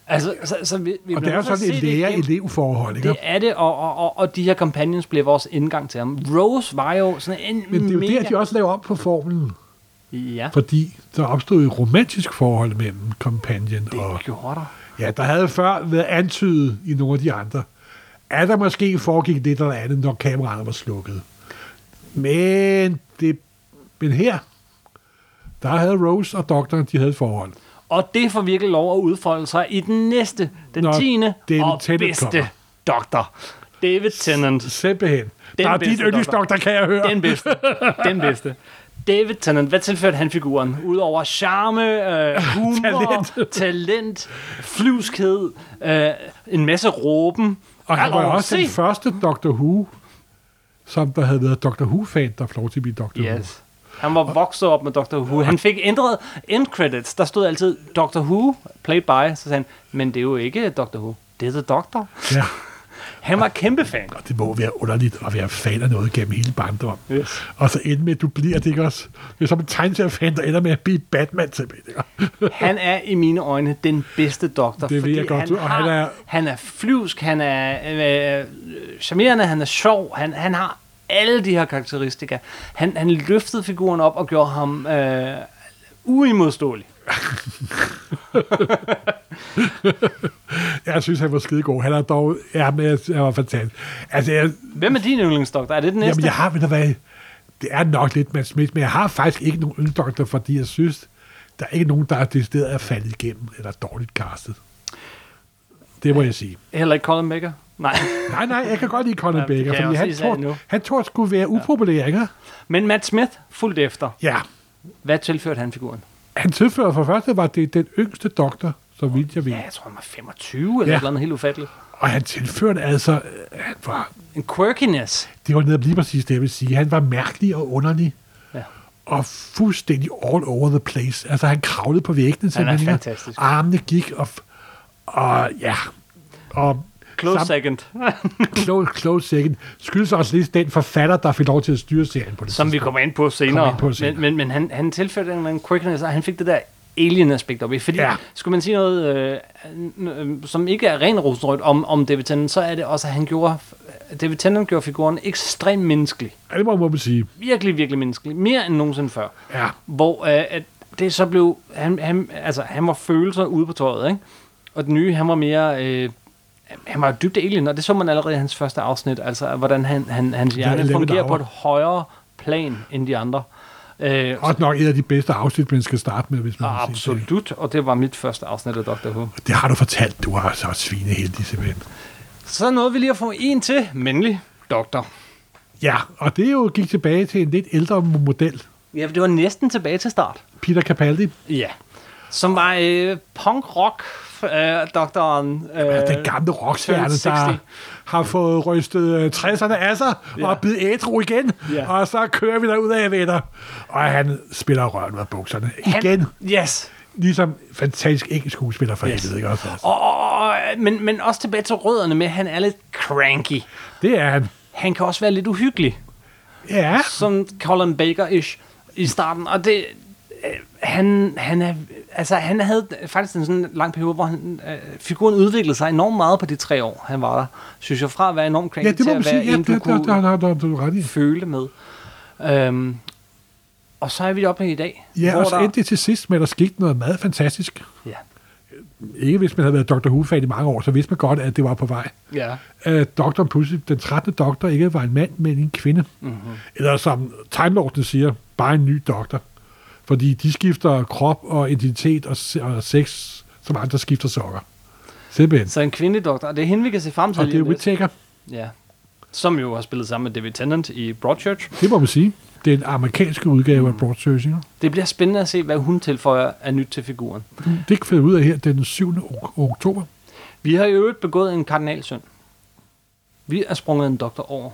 [SPEAKER 1] Altså, så, så vi, vi
[SPEAKER 2] Og det er jo sådan et lærer-elev-forhold, ikke?
[SPEAKER 1] Det er det, og, og, og, og de her companions blev vores indgang til ham. Rose var jo sådan en
[SPEAKER 2] Men det er jo
[SPEAKER 1] mega...
[SPEAKER 2] der, de også laver op på formlen.
[SPEAKER 1] Ja,
[SPEAKER 2] Fordi der opstod et romantisk forhold mellem companion
[SPEAKER 1] det
[SPEAKER 2] og...
[SPEAKER 1] gjorde der.
[SPEAKER 2] Ja, der havde før været antydet i nogle af de andre, at der måske foregik lidt eller andet, når kameraerne var slukket. Men, det, men her, der havde Rose og doktoren, de havde et forhold.
[SPEAKER 1] Og det får virkelig lov at udfolde sig i den næste, den
[SPEAKER 2] Nå,
[SPEAKER 1] tiende
[SPEAKER 2] David
[SPEAKER 1] og
[SPEAKER 2] Tennant
[SPEAKER 1] bedste
[SPEAKER 2] kommer.
[SPEAKER 1] doktor. David Tennant.
[SPEAKER 2] Simpelthen. Der er dit yndlingsdoktor, kan jeg høre.
[SPEAKER 1] Den bedste. Den bedste. David Tennant, hvad tilførte han figuren? Udover charme, øh, humor, talent, talent flyvskhed, øh, en masse råben.
[SPEAKER 2] Og han var
[SPEAKER 1] Hallo,
[SPEAKER 2] også
[SPEAKER 1] se.
[SPEAKER 2] den første Doctor Who, som der havde været Doctor Who-fan, der flog til at blive Doctor Who.
[SPEAKER 1] Yes. Han var vokset op med Doctor Who. Han fik ændret end credits. Der stod altid Doctor Who, played by. Så sagde han, men det er jo ikke Doctor Who. Det er The Doctor.
[SPEAKER 2] Ja.
[SPEAKER 1] Han var kæmpe fan.
[SPEAKER 2] Og det må være underligt at være fan af noget gennem hele barndom.
[SPEAKER 1] Yes.
[SPEAKER 2] Og så ende med, at du bliver det ikke også. Det er som en tegneseriefan, der ender med at blive Batman simpelthen.
[SPEAKER 1] Han er i mine øjne den bedste doktor.
[SPEAKER 2] Det ved jeg godt,
[SPEAKER 1] Han,
[SPEAKER 2] og
[SPEAKER 1] har,
[SPEAKER 2] han er-
[SPEAKER 1] han er flyvsk, han er øh, charmerende, han er sjov, han, han har alle de her karakteristika. Han, han løftede figuren op og gjorde ham øh, uimodståelig.
[SPEAKER 2] Jeg synes, han var skidegod. Han er dog... Ja, men jeg- han var fantastisk. Altså, jeg,
[SPEAKER 1] Hvem er din yndlingsdoktor? Er det den næste?
[SPEAKER 2] jamen, jeg har... Ved du hvad, det er nok lidt Mads Smith, men jeg har faktisk ikke nogen yndlingsdoktor, fordi jeg synes, der er ikke nogen, der er decideret at falde igennem, eller dårligt castet. Det må jeg sige.
[SPEAKER 1] Heller ikke Colin Baker? Nej.
[SPEAKER 2] Nej, nej, jeg kan godt lide Colin
[SPEAKER 1] Ja, det
[SPEAKER 2] Baker,
[SPEAKER 1] kan jeg
[SPEAKER 2] fordi
[SPEAKER 1] også
[SPEAKER 2] han
[SPEAKER 1] lige sige
[SPEAKER 2] tror,
[SPEAKER 1] nu.
[SPEAKER 2] han tror, at skulle være upopulær, ikke?
[SPEAKER 1] Men Matt Smith fulgte efter.
[SPEAKER 2] Ja.
[SPEAKER 1] Hvad tilførte han figuren?
[SPEAKER 2] Han tilførte for første, var det den yngste doktor, så vidt jeg ved.
[SPEAKER 1] Ja, jeg tror, han var femogtyve eller
[SPEAKER 2] Ja.
[SPEAKER 1] ja. noget andet helt ufatteligt.
[SPEAKER 2] Og han tilførte altså... øh, Han var,
[SPEAKER 1] En quirkiness.
[SPEAKER 2] det var netop lige præcis det, jeg vil sige. Han var mærkelig og underlig.
[SPEAKER 1] Ja.
[SPEAKER 2] Og fuldstændig all over the place. Altså, han kravlede på væggene.
[SPEAKER 1] Han er
[SPEAKER 2] simpelthen.
[SPEAKER 1] fantastisk.
[SPEAKER 2] Armene gik, og, og ja... Og
[SPEAKER 1] Close
[SPEAKER 2] sam-
[SPEAKER 1] second.
[SPEAKER 2] close, close second. Skyldes også lidt den forfatter, der fik lov til at styre serien på det
[SPEAKER 1] Som vi
[SPEAKER 2] tidspunkt.
[SPEAKER 1] kommer ind på senere.
[SPEAKER 2] Kommer ind på senere.
[SPEAKER 1] Men, men, men han, han tilførte en, en quirkiness, og han fik det der alien-aspekt op i. Fordi,
[SPEAKER 2] Ja.
[SPEAKER 1] ja. skulle man sige noget, øh, øh, som ikke er ren rosenrødt om, om David Tennant, så er det også, at han gjorde, David Tennant gjorde figuren ekstremt menneskelig.
[SPEAKER 2] Ja, det må man sige.
[SPEAKER 1] Virkelig, virkelig menneskelig. Mere end nogensinde før.
[SPEAKER 2] Ja.
[SPEAKER 1] Hvor øh, at det så blev, han, han, altså, han var følelser ude på tøjet, ikke? Og den nye, han var mere... Øh, han var dybt alien, og det så man allerede i hans første afsnit, altså hvordan han, han, hans hjerne
[SPEAKER 2] eleven
[SPEAKER 1] fungerer
[SPEAKER 2] hour.
[SPEAKER 1] på et højere plan end de andre. Øh,
[SPEAKER 2] Også nok et af de bedste afsnit, man skal starte med, hvis man vil sige det.
[SPEAKER 1] absolut, og det var mit første afsnit af Doctor Who.
[SPEAKER 2] Det har du fortalt. Du har så svineheldig simpelthen.
[SPEAKER 1] Så nåede vi lige at få en til, mandlig doktor.
[SPEAKER 2] Ja, og det jo gik tilbage til en lidt ældre model.
[SPEAKER 1] Ja, det var næsten tilbage til start.
[SPEAKER 2] Peter Capaldi.
[SPEAKER 1] Ja. Som var øh, punk-rock øh, doktoren. Øh,
[SPEAKER 2] Ja, den gamle rockstjerne,
[SPEAKER 1] turned
[SPEAKER 2] der
[SPEAKER 1] sexty.
[SPEAKER 2] har fået rystet øh, tresserne af sig
[SPEAKER 1] Ja.
[SPEAKER 2] og er blevet ædru igen.
[SPEAKER 1] Ja.
[SPEAKER 2] Og så kører vi derud af, venner. Og han spiller røven af bukserne. Igen.
[SPEAKER 1] Han, yes.
[SPEAKER 2] Ligesom fantastisk engelsk skuespiller for
[SPEAKER 1] Yes.
[SPEAKER 2] helvede, ikke også? Altså.
[SPEAKER 1] Og, og, og, men, men også tilbage til rødderne med, at han er lidt cranky.
[SPEAKER 2] Det er han.
[SPEAKER 1] Han kan også være lidt uhyggelig.
[SPEAKER 2] Ja.
[SPEAKER 1] Som Colin Baker-ish i starten. Og det... Øh, han, han, er, altså, han havde faktisk en sådan lang periode, hvor han, øh, figuren udviklede sig enormt meget på de tre år, han var der. Synes jeg, fra at være enormt cranky
[SPEAKER 2] Ja, det
[SPEAKER 1] til
[SPEAKER 2] må man
[SPEAKER 1] at
[SPEAKER 2] sige.
[SPEAKER 1] være
[SPEAKER 2] Ja,
[SPEAKER 1] en,
[SPEAKER 2] det,
[SPEAKER 1] du
[SPEAKER 2] det,
[SPEAKER 1] kunne
[SPEAKER 2] det, det, det, det, det, ret i.
[SPEAKER 1] føle med. Øhm, og så er vi oppe i dag.
[SPEAKER 2] Ja,
[SPEAKER 1] hvor
[SPEAKER 2] og så
[SPEAKER 1] der-
[SPEAKER 2] endte det til sidst med, at der skete noget meget fantastisk.
[SPEAKER 1] Ja.
[SPEAKER 2] Ikke hvis man havde været Doctor Who-fan i mange år, så vidste man godt, at det var på vej.
[SPEAKER 1] Ja.
[SPEAKER 2] At doktoren pludselig, den trettende doktor, ikke var en mand, men en kvinde. Mm-hmm. Eller som Time Lordene siger, bare en ny doktor. Fordi de skifter krop og identitet og, se- og sex, som andre skifter sokker. Simpelthen.
[SPEAKER 1] Så en kvindelig doktor, og det er hende, vi kan se frem til.
[SPEAKER 2] Og det er
[SPEAKER 1] lige om lidt.
[SPEAKER 2] Whittaker.
[SPEAKER 1] Ja. Som jo har spillet sammen med David Tennant i Broadchurch.
[SPEAKER 2] Det må man sige. Det er en amerikanske udgave af Broadchurch. Ikke?
[SPEAKER 1] Det bliver spændende at se, hvad hun tilføjer af nyt til figuren.
[SPEAKER 2] Det kan vi finde ud af her den syvende oktober.
[SPEAKER 1] Vi har i øvrigt begået en kardinalsynd. Vi er sprunget en doktor over.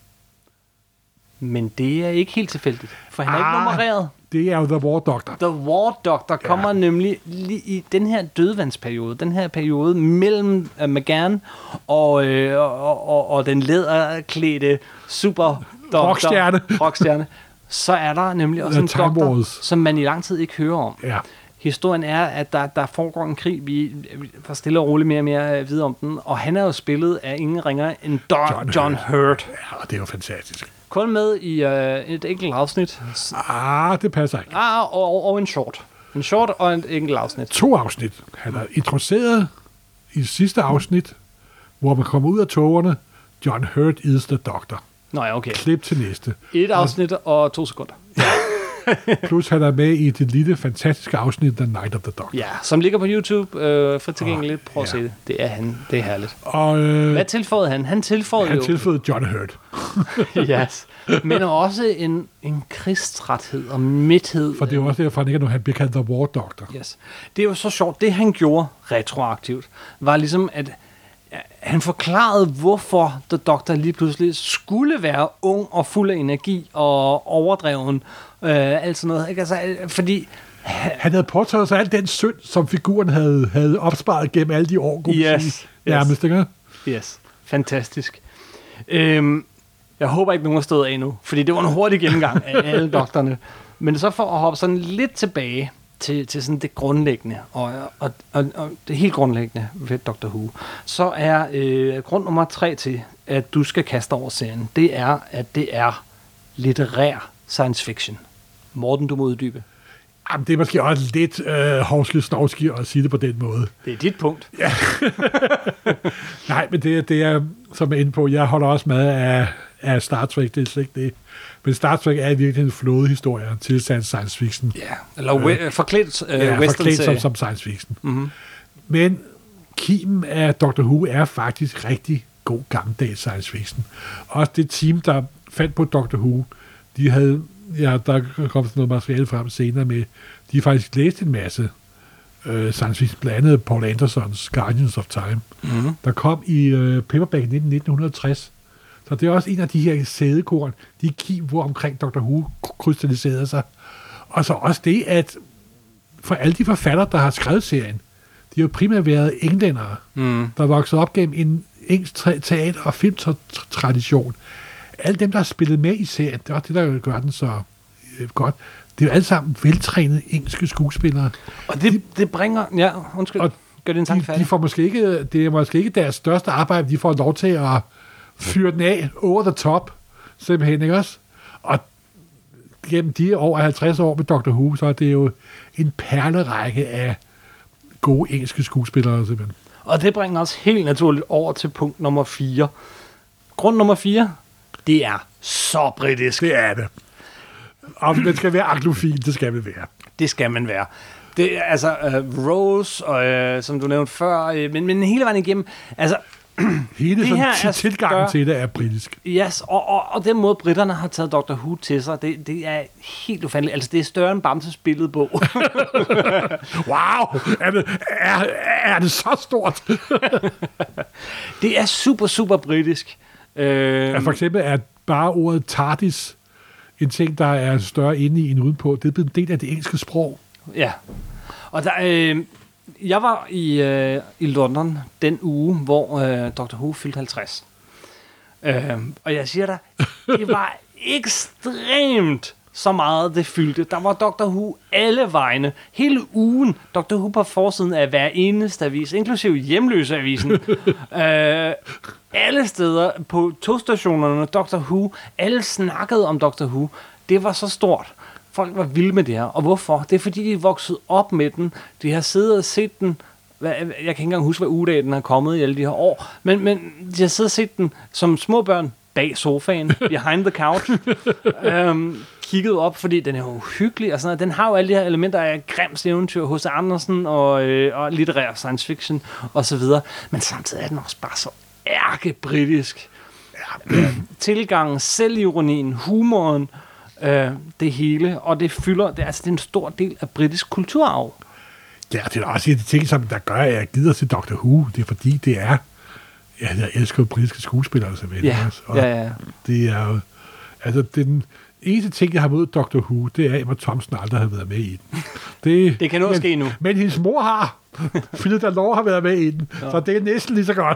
[SPEAKER 1] Men det er ikke helt tilfældigt, for han er
[SPEAKER 2] Ah.
[SPEAKER 1] ikke nummereret.
[SPEAKER 2] Det er jo The War Doctor.
[SPEAKER 1] The War Doctor kommer ja. nemlig lige i den her dødvandsperiode, den her periode mellem uh, McGann og, øh, og, og, og den læderklædte super
[SPEAKER 2] Rockstjerne.
[SPEAKER 1] rockstjerne. Så er der nemlig også
[SPEAKER 2] The
[SPEAKER 1] en
[SPEAKER 2] Time
[SPEAKER 1] doktor,
[SPEAKER 2] Wars.
[SPEAKER 1] som man i lang tid ikke hører om.
[SPEAKER 2] Ja.
[SPEAKER 1] Historien er, at der, der foregår en krig, vi får stille og roligt mere og mere at vide om den, og han er jo spillet af ingen ringer end Don, John, John Hurt.
[SPEAKER 2] Ja, og det er jo fantastisk.
[SPEAKER 1] Kun med i øh, et enkelt afsnit.
[SPEAKER 2] Ah, det passer ikke.
[SPEAKER 1] Ah, og, og, og en short. En short og et enkelt afsnit.
[SPEAKER 2] To afsnit. Han er introduceret i sidste afsnit, hvor man kommer ud af togerne. John Hurt is the doctor.
[SPEAKER 1] Nå ja, okay.
[SPEAKER 2] Klip til næste.
[SPEAKER 1] Et afsnit og, og to sekunder.
[SPEAKER 2] Plus han er med i det lille, fantastiske afsnit The Night of the Doctor.
[SPEAKER 1] Ja, som ligger på YouTube, øh, frit tilgængeligt. Prøv at
[SPEAKER 2] ja.
[SPEAKER 1] se det. Det er han. Det er herligt.
[SPEAKER 2] Og, øh,
[SPEAKER 1] Hvad tilføjede han? Han tilføjede
[SPEAKER 2] han
[SPEAKER 1] jo...
[SPEAKER 2] tilføjede John Hurt.
[SPEAKER 1] Yes. Men også en, en krigstræthed og midthed.
[SPEAKER 2] For det er jo også derfor, han ikke er nu, han bliver kaldt The War Doctor.
[SPEAKER 1] Yes. Det er jo så sjovt. Det han gjorde retroaktivt, var ligesom, at han forklarede, hvorfor The Doctor lige pludselig skulle være ung og fuld af energi og overdreven. Øh, alt sådan noget. Ikke? Altså, fordi...
[SPEAKER 2] Han havde påtaget sig al den synd, som figuren havde, havde opsparet gennem alle de år.
[SPEAKER 1] Yes.
[SPEAKER 2] Sige. Nærmest, ikke?
[SPEAKER 1] Yes. Fantastisk. Øhm, jeg håber ikke, nogen har stået af nu, fordi det var en hurtig gennemgang af alle doktorerne. Men så for at hoppe sådan lidt tilbage til, til sådan det grundlæggende, og, og, og, og det helt grundlæggende ved Doctor Who, så er øh, grund nummer tre til, at du skal kaste over serien, det er, at det er litterær science fiction. Morten, du må uddybe.
[SPEAKER 2] Jamen, det er måske også lidt øh, hovslig-snovski at sige det på den måde.
[SPEAKER 1] Det er dit punkt.
[SPEAKER 2] Ja. Nej, men det, det er, som jeg er inde på, jeg holder også med af, af Star Trek, det er slet ikke det. Men Star Trek er virkelig en flådehistorie til science fiction.
[SPEAKER 1] Ja, eller øh, forklædt øh,
[SPEAKER 2] ja,
[SPEAKER 1] western
[SPEAKER 2] forklædt som, som science fiction.
[SPEAKER 1] Mm-hmm.
[SPEAKER 2] Men kimen af Doctor Who er faktisk rigtig god gammeldags science fiction. Også det team, der fandt på Doctor Who, de havde, ja, der kom sådan noget materiale frem senere med, de har faktisk læst en masse øh, science fiction, blandt andet Paul Andersons Guardians of Time, mm-hmm. der kom i øh, paperback i nitten tres. Så det er også en af de her sædekorn, de kim, hvor omkring Doctor Who krystalliserede sig. Og så også det, at for alle de forfattere, der har skrevet serien, de har jo primært været englændere, mm. der er vokset op gennem en engelsk teater- og filmtradition. Alle dem, der har spillet med i serien, det er også det, der gør den så øh, godt. Det er jo alle sammen veltrænede engelske skuespillere.
[SPEAKER 1] Og det, det bringer... Ja, undskyld. Og gør din tanke færdig.
[SPEAKER 2] De får måske ikke, det er måske ikke deres største arbejde, de får lov til at fyre den af over the top, simpelthen, ikke også? Og gennem de over halvtreds år med Doctor Who, så er det jo en perlerække af gode engelske skuespillere, simpelthen.
[SPEAKER 1] Og det bringer os helt naturligt over til punkt nummer fire. Grund nummer fire, det er så britisk.
[SPEAKER 2] Det er det. Og det skal være anglofil, det skal det være.
[SPEAKER 1] Det skal man være. Det er altså uh, Rose, og, uh, som du nævnte før, uh, men, men hele vejen igennem, altså...
[SPEAKER 2] Hele det her tilgangen til det er britisk.
[SPEAKER 1] Yes, og, og, og den måde, britterne har taget Doctor Who til sig, det, det er helt ufatteligt. Altså, det er større end Bamses billedbog.
[SPEAKER 2] Wow! Er det, er, er det så stort?
[SPEAKER 1] Det er super, super britisk. Øh,
[SPEAKER 2] ja, for eksempel er bare ordet TARDIS en ting, der er større inde i end udenpå. Det er blevet en del af det engelske sprog.
[SPEAKER 1] Ja, og der... Øh, Jeg var i, øh, i London den uge, hvor øh, Doctor Who fyldte halvtreds. Øh, og jeg siger dig, det var ekstremt så meget, det fyldte. Der var Doctor Who alle vegne. Hele ugen. Doctor Who på forsiden af hver eneste avis, inklusive Hjemløseavisen. øh, alle steder på togstationerne, Doctor Who. Alle snakkede om Doctor Who. Det var så stort. Folk var vilde med det her. Og hvorfor? Det er fordi, de er vokset op med den. De har siddet og set den. Jeg kan ikke engang huske, hvad ugedag den har kommet i alle de her år. Men, men de har siddet og set den som små børn bag sofaen, behind the couch. øhm, kigget op, fordi den er jo hyggelig. Og sådan noget. Den har jo alle de her elementer af Grimms eventyr, H C Andersen og, øh, og litterær science fiction osv. Men samtidig er den også bare så ærke-britisk. Ja, tilgangen, selvironien, humoren, Øh, det hele, og det fylder, det er, altså, det er en stor del af britisk kulturarv.
[SPEAKER 2] Ja, det er også en af de ting, som der gør, at jeg gider til Doctor Who. Det er fordi, det er, ja, jeg elsker britiske skuespillere, så vel.
[SPEAKER 1] Ja, ja, ja.
[SPEAKER 2] Det er jo, altså, den eneste ting, jeg har mod Doctor Who, det er, at Emma Thompson aldrig har været med i den. Det,
[SPEAKER 1] det kan nu
[SPEAKER 2] men,
[SPEAKER 1] ske nu.
[SPEAKER 2] Men hendes mor har. Philip Delors har været med i den, ja. Så det er næsten lige så godt.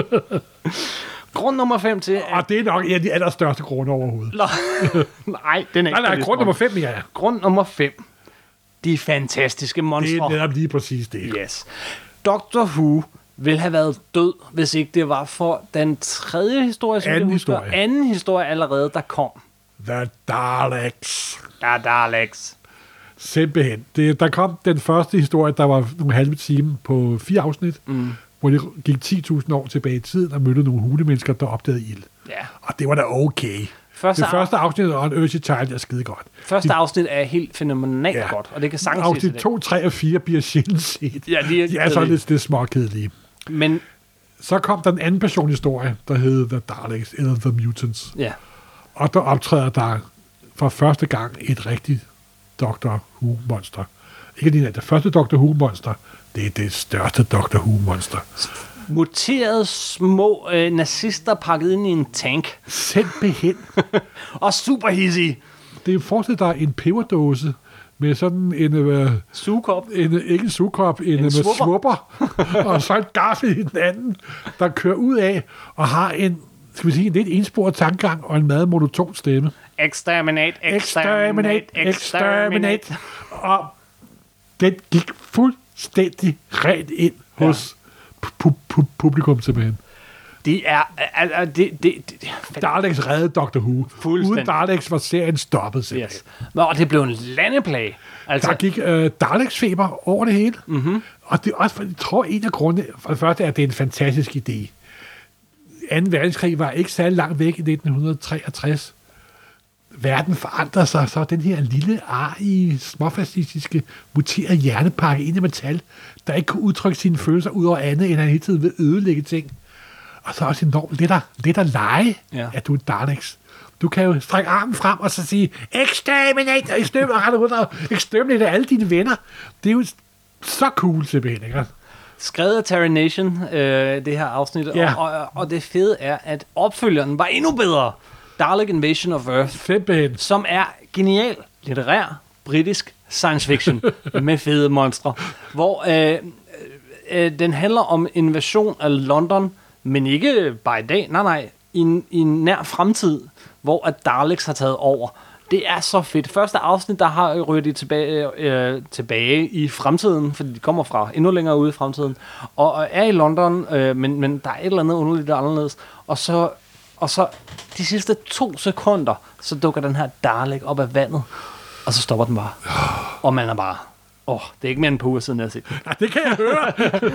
[SPEAKER 1] Grund nummer fem til... At...
[SPEAKER 2] Og det er nok en af de allerstørste grunde overhovedet.
[SPEAKER 1] nej, den er ikke...
[SPEAKER 2] Nej, nej, grund nummer fem, ja.
[SPEAKER 1] Grund nummer fem, de fantastiske monstre.
[SPEAKER 2] Det er netop lige præcis det.
[SPEAKER 1] Yes. Doctor Who ville have været død, hvis ikke det var for den tredje historie, som
[SPEAKER 2] Anden
[SPEAKER 1] du husker.
[SPEAKER 2] historie.
[SPEAKER 1] Anden historie allerede, der kom.
[SPEAKER 2] The Daleks.
[SPEAKER 1] Ja, Daleks.
[SPEAKER 2] Simpelthen. Det, der kom den første historie, der var nogle halve time på fire afsnit, mm. hvor det gik ti tusind år tilbage i tiden og mødte nogle hulemennesker, der opdagede ild.
[SPEAKER 1] Ja.
[SPEAKER 2] Og det var da okay.
[SPEAKER 1] Første
[SPEAKER 2] det første afsnit af Earthly Child er skide godt.
[SPEAKER 1] Første
[SPEAKER 2] de,
[SPEAKER 1] afsnit er helt fænomenalt
[SPEAKER 2] ja.
[SPEAKER 1] godt, og det kan sagtens
[SPEAKER 2] afsnit to, tre og fire bliver sjældent set.
[SPEAKER 1] Ja, de er,
[SPEAKER 2] de er sådan lidt, lidt småkedelige.
[SPEAKER 1] Men
[SPEAKER 2] så kom der en anden personhistorie, der hed The Daleks, eller The Mutants.
[SPEAKER 1] Ja.
[SPEAKER 2] Og der optræder der for første gang et rigtigt Doctor Who-monster. Ikke lige det første Doctor Who-monster, det er det største Doctor Who-monster.
[SPEAKER 1] Muterede små øh, nazister pakket ind i en tank.
[SPEAKER 2] Simpelthen.
[SPEAKER 1] Og super hissige.
[SPEAKER 2] Det er forestillet dig en peberdåse med sådan en... Øh,
[SPEAKER 1] sugekop.
[SPEAKER 2] En, ikke en sugekop, en, en med svupper. Og så en gaffel i den anden, der kører ud af og har en, skal vi sige, en lidt ensporet tankegang og en meget monoton stemme.
[SPEAKER 1] Exterminate, exterminate, exterminate.
[SPEAKER 2] Og den gik fuldstændig rent ind hos ja. pu- pu- publikum simpelthen.
[SPEAKER 1] Det er... Altså, det, det, det,
[SPEAKER 2] Daleks reddede Doctor Who. Uden Daleks var serien stoppet simpelthen.
[SPEAKER 1] Yes. Nå, det blev en landeplage. Altså.
[SPEAKER 2] Der gik øh, Daleks-feber over det hele.
[SPEAKER 1] Mm-hmm.
[SPEAKER 2] Og det er også, jeg tror, en af grundene... For det første er, at det er en fantastisk idé. anden verdenskrig var ikke særlig langt væk i nitten treogtres. Verden forandrer sig, så den her lille arige, småfascistiske, muterede hjernepakke inde i metal, der ikke kunne udtrykke sine følelser ud over andet, end at han hele tiden vil ødelægge ting. Og så også enormt lidt at, lidt at lege, ja. At du er Daleks. Du kan jo strække armen frem og så sige, exterminate, og exterminate alle dine venner. Det er jo så cool, simpelthen, ikke?
[SPEAKER 1] Skrevet af Terry Nation, øh, det her afsnit, ja. og, og, og det fede er, at opfølgeren var endnu bedre. Dalek Invasion of Earth,
[SPEAKER 2] Fedt.
[SPEAKER 1] Som er genial, litterær, britisk science fiction med fede monstre, hvor øh, øh, den handler om invasion af London, men ikke bare i dag, nej nej, i en, i en nær fremtid, hvor at Daleks har taget over. Det er så fedt. Første afsnit, der har rødt de tilbage, øh, tilbage i fremtiden, fordi de kommer fra endnu længere ude i fremtiden, og er i London, øh, men, men der er et eller andet underligt der anderledes, og så Og så de sidste to sekunder, så dukker den her Dalek op af vandet, og så stopper den bare. Og man er bare, åh, oh, det er ikke mere end en par uger siden, jeg har set det.
[SPEAKER 2] Ja, det kan jeg høre.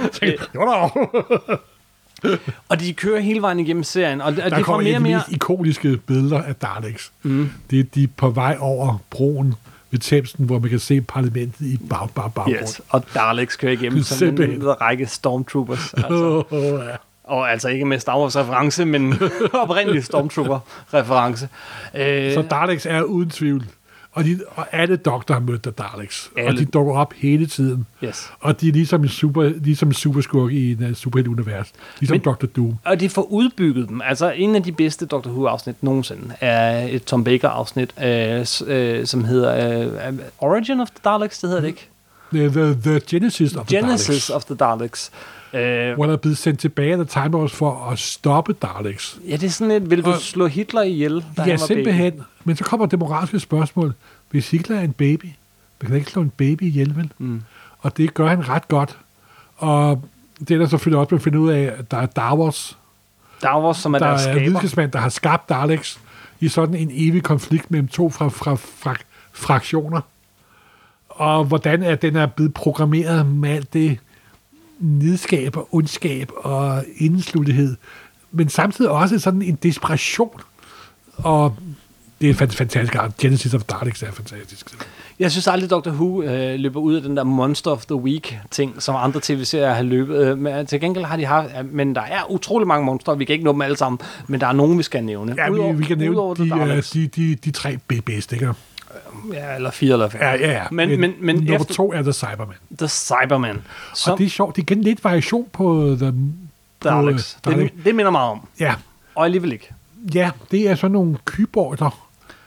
[SPEAKER 1] Og de kører hele vejen igennem serien, og, og
[SPEAKER 2] der
[SPEAKER 1] de får mere og mere...
[SPEAKER 2] Der kommer ikoniske billeder af Daleks. Mm. De, de er på vej over broen ved Themsen, hvor man kan se parlamentet i bag, bag, baggrund.
[SPEAKER 1] Yes, og Daleks kører igennem som en, en række stormtroopers. Altså. Oh, oh, ja. Og altså ikke med Star Wars-reference, men oprindelig Stormtrooper-reference. Øh,
[SPEAKER 2] så Daleks er uden tvivl. Og, de, og alle doktorer har mødt Daleks. Alle. Og de dukker op hele tiden.
[SPEAKER 1] Yes. Og
[SPEAKER 2] de er ligesom en, super, ligesom en superskurk i en uh, superhelt-univers. Ligesom men, doktor Doom.
[SPEAKER 1] Og de får udbygget dem. Altså en af de bedste Doctor Who-afsnit nogensinde er et Tom Baker-afsnit, øh, øh, som hedder øh, Origin of the Daleks, det hedder det ikke?
[SPEAKER 2] The, the, the Genesis of the
[SPEAKER 1] Genesis
[SPEAKER 2] Daleks.
[SPEAKER 1] Genesis of the Daleks.
[SPEAKER 2] Uh, hvor der er blevet sendt tilbage af Time Lords for at stoppe Daleks.
[SPEAKER 1] Ja, det er sådan lidt, vil du og, slå Hitler ihjel, da
[SPEAKER 2] ja,
[SPEAKER 1] han var
[SPEAKER 2] simpelthen.
[SPEAKER 1] baby?
[SPEAKER 2] Men så kommer det moralske spørgsmål. Hvis Hitler er en baby, man kan ikke slå en baby ihjel, vel? Mm. Og det gør han ret godt. Og det er der selvfølgelig også, man finder ud af, at der er Davos.
[SPEAKER 1] Davos, som er
[SPEAKER 2] der
[SPEAKER 1] deres skaber.
[SPEAKER 2] Der er videnskabsmand, der har skabt Daleks i sådan en evig konflikt mellem to fra, fra, fra fraktioner. Og hvordan er den er blevet programmeret med alt det nedskab og ondskab og indesluttighed, men samtidig også sådan en desperation. Og det er fantastisk. Genesis of Daleks er fantastisk.
[SPEAKER 1] Jeg synes aldrig, Doctor Who øh, løber ud af den der Monster of the Week-ting, som andre tv-serier har løbet. Øh, men til gengæld har de haft, men der er utrolig mange monstre, vi kan ikke nå dem alle sammen, men der er nogen, vi skal nævne.
[SPEAKER 2] Ja,
[SPEAKER 1] udover,
[SPEAKER 2] vi, vi kan nævne de, de, de, de tre bedste, ikke?
[SPEAKER 1] Ja, eller fire eller fem.
[SPEAKER 2] Ja, ja, ja.
[SPEAKER 1] Men, men, men, men
[SPEAKER 2] nummer
[SPEAKER 1] efter,
[SPEAKER 2] to er The Cyberman.
[SPEAKER 1] The Cyberman.
[SPEAKER 2] Som, og det er sjovt. Det er igen lidt variation på The
[SPEAKER 1] Daleks. Det, det, det minder meget om.
[SPEAKER 2] Ja.
[SPEAKER 1] Og alligevel ikke.
[SPEAKER 2] Ja, det er sådan nogle kyborger,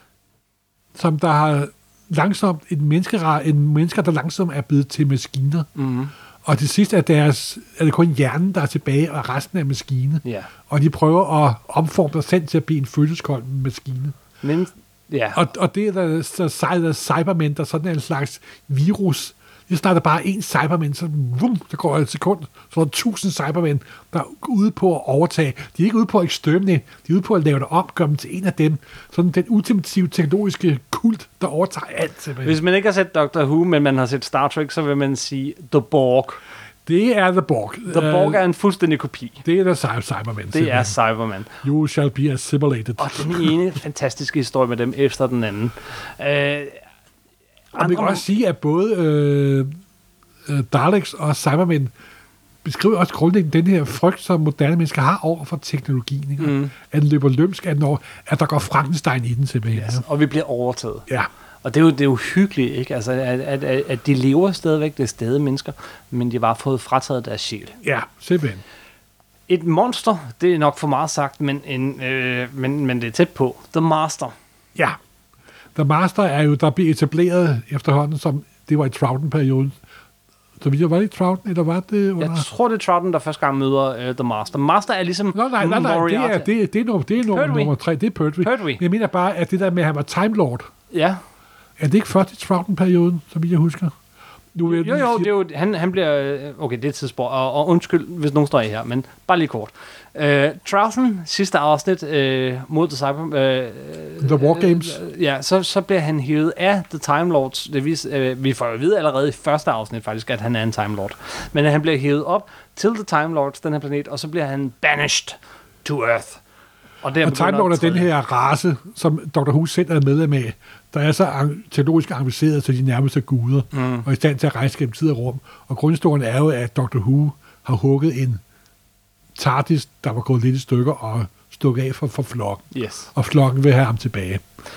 [SPEAKER 2] som der har langsomt en mennesker, en mennesker, der langsomt er blevet til maskiner. Mm-hmm. Og til sidst er, deres, er det kun hjernen, der er tilbage, og resten er maskine.
[SPEAKER 1] Yeah.
[SPEAKER 2] Og de prøver at omforme sig selv til at blive en følelseskold maskine.
[SPEAKER 1] Men Ja.
[SPEAKER 2] Og, og det er der, så sejler Cybermen, der sådan er en slags virus. Det starter bare en Cybermen, så, vum, så går et sekund, så er der tusind Cybermen, der er ude på at overtage. De er ikke ude på at exterminate, de er ude på at lave det om, gøre dem til en af dem. Sådan den ultimative teknologiske kult, der overtager alt. Simpelthen.
[SPEAKER 1] Hvis man ikke har set Doctor Who, men man har set Star Trek, så vil man sige The Borg.
[SPEAKER 2] Det er The Borg.
[SPEAKER 1] The Borg er en fuldstændig kopi.
[SPEAKER 2] Det er der Cybermen.
[SPEAKER 1] Det er Cybermen.
[SPEAKER 2] You shall be assimilated.
[SPEAKER 1] Og den ene fantastiske historie med dem efter den anden. Øh,
[SPEAKER 2] og vi kan også sige, at både øh, Daleks og Cybermen beskriver også grundlæggende den her frygt, som moderne mennesker har over for teknologien. Ikke? Mm. At den løber lømsk, at, når, at der går Frankenstein i den simpelthen.
[SPEAKER 1] Yes, og vi bliver overtaget.
[SPEAKER 2] Ja.
[SPEAKER 1] Og det er jo, det er jo hyggeligt, ikke? Altså, at, at, at de lever stadigvæk, det er stadig mennesker, men de har bare fået frataget deres sjæl.
[SPEAKER 2] Ja, simpelthen.
[SPEAKER 1] Et monster, det er nok for meget sagt, men, en, øh, men, men det er tæt på. The Master.
[SPEAKER 2] Ja. The Master er jo, der blev etableret efterhånden, som det var i Troughton-perioden. Så vi var det i Troughton, eller var det? Under?
[SPEAKER 1] Jeg tror, det er Troughton, der første gang møder uh, The Master. Master er ligesom...
[SPEAKER 2] Nå, nej, nej, nej, det er, det, det er, nummer, det er nummer, nummer tre, det er Pertwee.
[SPEAKER 1] Pertwee.
[SPEAKER 2] Jeg mener bare, at det der med, at han var Time Lord,
[SPEAKER 1] ja.
[SPEAKER 2] Er det ikke først i Troughton-perioden, så vidt jeg husker? Nu,
[SPEAKER 1] jo, jo, jo, det er jo, han, han bliver... Okay, det er et tidsspor, og, og undskyld, hvis nogen står i her, men bare lige kort. Uh, Troughton, sidste afsnit uh, mod The Cyber... Uh,
[SPEAKER 2] The War Games.
[SPEAKER 1] Uh, ja, så, så bliver han hævet af The Time Lords. Det vis, uh, vi får jo at vide allerede i første afsnit faktisk, at han er en Time Lord. Men han bliver hævet op til The Time Lords, den her planet, og så bliver han banished to Earth. Og,
[SPEAKER 2] og Time Lord er den her race, som Doctor Who selv er medlem af, der er så teknologisk avanceret, så de nærmest er guder, mm. og i stand til at rejse gennem tid og rum. Og grundstoren er jo, at Doctor Who har hugget en TARDIS, der var gået lidt i stykker, og stukket af for, for flokken.
[SPEAKER 1] Yes.
[SPEAKER 2] Og flokken vil have ham tilbage.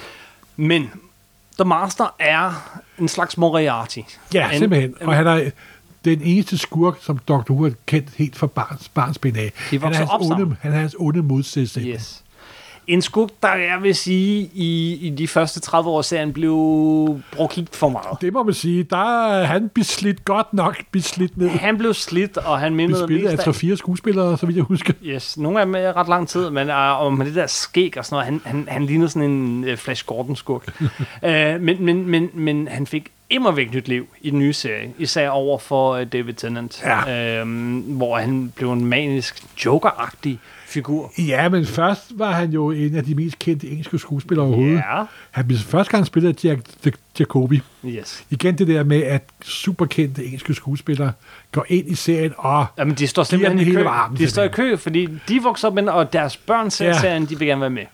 [SPEAKER 1] Men The Master er en slags Moriarty.
[SPEAKER 2] Ja, en, simpelthen. Og han er den eneste skurk, som Doctor Who har kendt helt fra barns, barnsben af.
[SPEAKER 1] Han er, hans
[SPEAKER 2] onde, han er hans onde modsætning.
[SPEAKER 1] Yes. En skurk, der jeg vil sige, i, i de første tredive år serien blev brugt helt for meget.
[SPEAKER 2] Det må man sige. Der er han beslidt godt nok beslidt ned.
[SPEAKER 1] Han blev slidt, og han mindede mest...
[SPEAKER 2] Vi spillede af tre-fire skuespillere, så vidt jeg husker.
[SPEAKER 1] Yes, nogle af dem er ret lang tid, men uh, og med det der skæg og sådan noget, han, han, han lignede sådan en uh, Flash Gordon-skurk. uh, men, men, men, men han fik immervæk nyt liv i den nye serie, især over for uh, David Tennant, ja. uh, hvor han blev en manisk Joker-agtig figur.
[SPEAKER 2] Ja, men først var han jo en af de mest kendte engelske skuespillere overhovedet.
[SPEAKER 1] Ja.
[SPEAKER 2] Han blev første gang spillet af Jack Jacobi.
[SPEAKER 1] Yes.
[SPEAKER 2] Igen det der med, at superkendte engelske skuespillere går ind i serien og...
[SPEAKER 1] Jamen, de står simpelthen i kø.
[SPEAKER 2] Varmen,
[SPEAKER 1] de står i kø, fordi de vokser op med, og deres børn ser ja. serien, de vil gerne være med.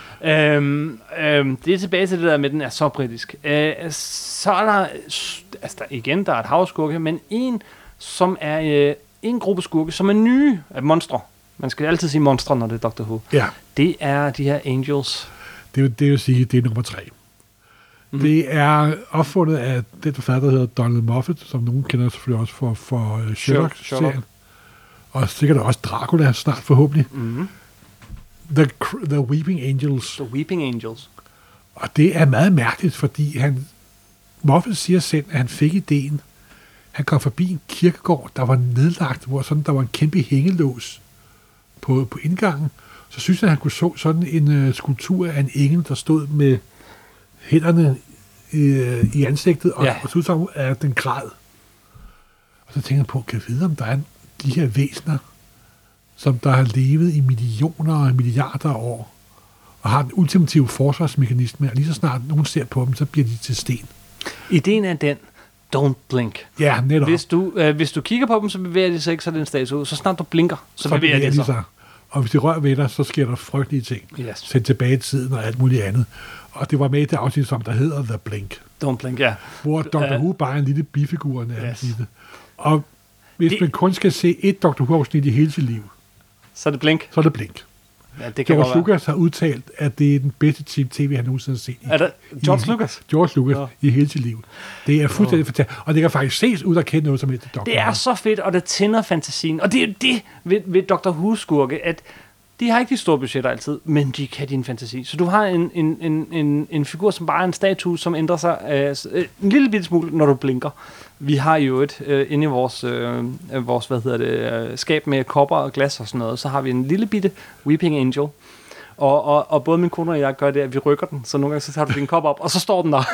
[SPEAKER 1] Øhm, øhm, det er tilbage til det der med, den er så britisk. Øh, så er der, altså der, igen, der er et havskurke, men en, som er øh, en gruppe skurke, som er nye af monstre. Man skal altid sige monstre, når det er Doctor Who.
[SPEAKER 2] Ja.
[SPEAKER 1] Det er de her Angels.
[SPEAKER 2] Det vil, det vil sige, det er nummer tre. Mm-hmm. Det er opfundet af den forfatter, der hedder Donald Moffat, som nogen kender selvfølgelig også for, for uh, Sherlock-serien. Sherlock. Og sikkert også Dracula snart forhåbentlig. Mm-hmm. The, the Weeping Angels.
[SPEAKER 1] The Weeping Angels.
[SPEAKER 2] Og det er meget mærkeligt, fordi han, Moffat siger selv, at han fik ideen. Han kom forbi en kirkegård, der var nedlagt, hvor sådan, der var en kæmpe hængelås på, på indgangen. Så synes han, at han kunne så sådan en uh, skulptur af en engel, der stod med hænderne i, uh, i ansigtet, og, ja. og så ud som, at den græd. Og så tænker jeg på, kan jeg vide, om der er de her væsener, som der har levet i millioner og milliarder af år, og har en ultimativ forsvarsmekanisme, og lige så snart nogen ser på dem, så bliver de til sten.
[SPEAKER 1] Ideen er den, don't blink.
[SPEAKER 2] Ja, netop.
[SPEAKER 1] Hvis du, øh, hvis du kigger på dem, så bevæger de sig ikke, så er det en statue. Så snart du blinker, så, så bevæger, bevæger de sig. sig.
[SPEAKER 2] Og hvis de rører ved dig, så sker der frygtelige ting.
[SPEAKER 1] Yes.
[SPEAKER 2] Sæt tilbage i tiden og alt muligt andet. Og det var med i det afsnit, som der hedder The Blink.
[SPEAKER 1] Don't blink, ja.
[SPEAKER 2] Hvor Doctor uh, Who bare er en lille bifigur. Yes. Og hvis det, man kun skal se et Doctor Who-afsnit i hele sit liv,
[SPEAKER 1] så er det Blink.
[SPEAKER 2] Så er det Blink.
[SPEAKER 1] Ja, det kan
[SPEAKER 2] George Lucas har udtalt, at det er den bedste tv, han nogensinde har set.
[SPEAKER 1] Er det George
[SPEAKER 2] i,
[SPEAKER 1] Lucas?
[SPEAKER 2] George Lucas ja. I hele sit liv. Det er fuldstændig fantastisk. Og det kan faktisk ses ud at kende noget som et Doctor Who.
[SPEAKER 1] Det er så fedt, og det tænder fantasien. Og det er jo det ved, ved Doctor Who-skurke, at de har ikke de store budgetter altid, men de kan din fantasi. Så du har en, en, en, en, en figur, som bare er en statue, som ændrer sig øh, en lille bitte smule, når du blinker. Vi har jo et øh, inde i vores, øh, vores hvad hedder det, øh, skab med kopper og glas og sådan noget, så har vi en lille bitte Weeping Angel. Og, og, og både min kone og jeg gør det, at vi rykker den, så nogle gange så tager du din kop op, og så står den der.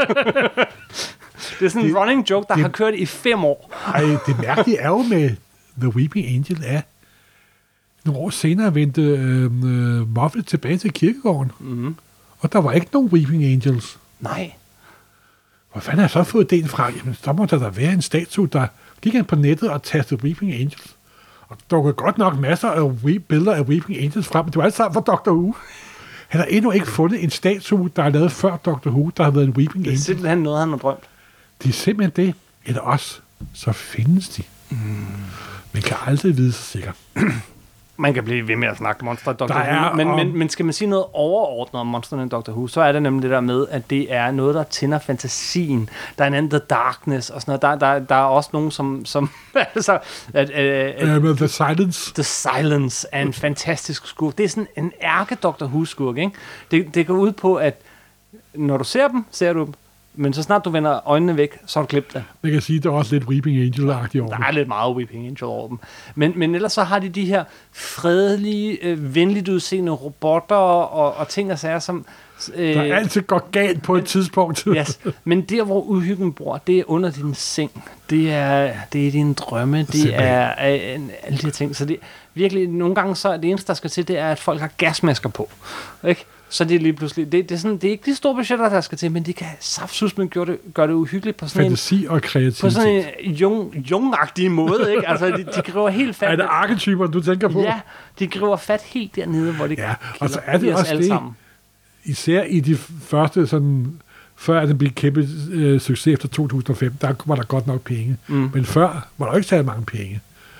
[SPEAKER 1] Det er sådan en
[SPEAKER 2] Det-
[SPEAKER 1] running joke, der
[SPEAKER 2] det-
[SPEAKER 1] har kørt i fem år.
[SPEAKER 2] Ej, det mærkelige er jo med The Weeping Angel, er, nogle år senere vendte øh, øh, Moffat tilbage til kirkegården,
[SPEAKER 1] Mm-hmm.
[SPEAKER 2] og der var ikke nogen Weeping Angels.
[SPEAKER 1] Nej.
[SPEAKER 2] Hvor fanden har jeg så fået den fra? Jamen, så må der da være en statue, der gik ind på nettet og tastede Weeping Angels. Og der var godt nok masser af we- billeder af Weeping Angels frem, men det var alt sammen fra doktor Who. Han har endnu ikke fundet en statue, der er lavet før doktor Who, der har været en Weeping
[SPEAKER 1] Det er
[SPEAKER 2] Angel.
[SPEAKER 1] simpelthen noget, han har drømt.
[SPEAKER 2] Det er simpelthen det. Eller også, så findes de. Mm. Man kan aldrig vide sig sikkert.
[SPEAKER 1] Man kan blive ved med at snakke Monster doktor
[SPEAKER 2] Der er
[SPEAKER 1] Who, men,
[SPEAKER 2] om-
[SPEAKER 1] men, men skal man sige noget overordnet om Monsterne i doktor Who, så er det nemlig det der med, at det er noget, der tænder fantasien. Der er en anden The Darkness og sådan noget. Der, der, der er også nogen, som... som altså, at, at, at,
[SPEAKER 2] Uh, The Silence.
[SPEAKER 1] The Silence er en fantastisk skurk. Det er sådan en ærke doktor Who-skurk, ikke? Det, det går ud på, at når du ser dem, ser du dem, men så snart du vender øjnene væk, så har du glemt det.
[SPEAKER 2] Man kan sige, at der er også lidt Weeping Angel-agtigt over
[SPEAKER 1] Der
[SPEAKER 2] det.
[SPEAKER 1] er lidt meget Weeping Angel over dem. Men, men ellers så har de de her fredelige, øh, venligt udseende robotter og, og ting og sager, som... Øh,
[SPEAKER 2] Der altid går galt på et tidspunkt.
[SPEAKER 1] yes. Men der, hvor uhyggen bor, det er under din seng. Det er, det er dine drømme. Det
[SPEAKER 2] Simpelthen.
[SPEAKER 1] er, er alle de her ting. Så det virkelig, nogle gange så er det eneste, der skal til, det er, at folk har gasmasker på. Ikke? Så det er lige pludselig... Det, det, er sådan, det er ikke de store budgetter, der skal til, men de kan saftsus, men gøre det, gør det uhyggeligt på sådan en...
[SPEAKER 2] Fantasi og
[SPEAKER 1] På
[SPEAKER 2] kreativitet.
[SPEAKER 1] sådan en jung, jungagtig måde, ikke? Altså, de, de griber helt fat...
[SPEAKER 2] Er det arketyper, du tænker på?
[SPEAKER 1] Ja, de griber fat helt dernede, hvor det
[SPEAKER 2] Ja,
[SPEAKER 1] kilder
[SPEAKER 2] og så er det
[SPEAKER 1] i os
[SPEAKER 2] også
[SPEAKER 1] alle
[SPEAKER 2] det-
[SPEAKER 1] sammen.
[SPEAKER 2] Især i de første, sådan, før den blev kæmpe øh, succes efter to tusind og fem, der var der godt nok penge.
[SPEAKER 1] Mm.
[SPEAKER 2] Men før var der ikke særlig mange penge.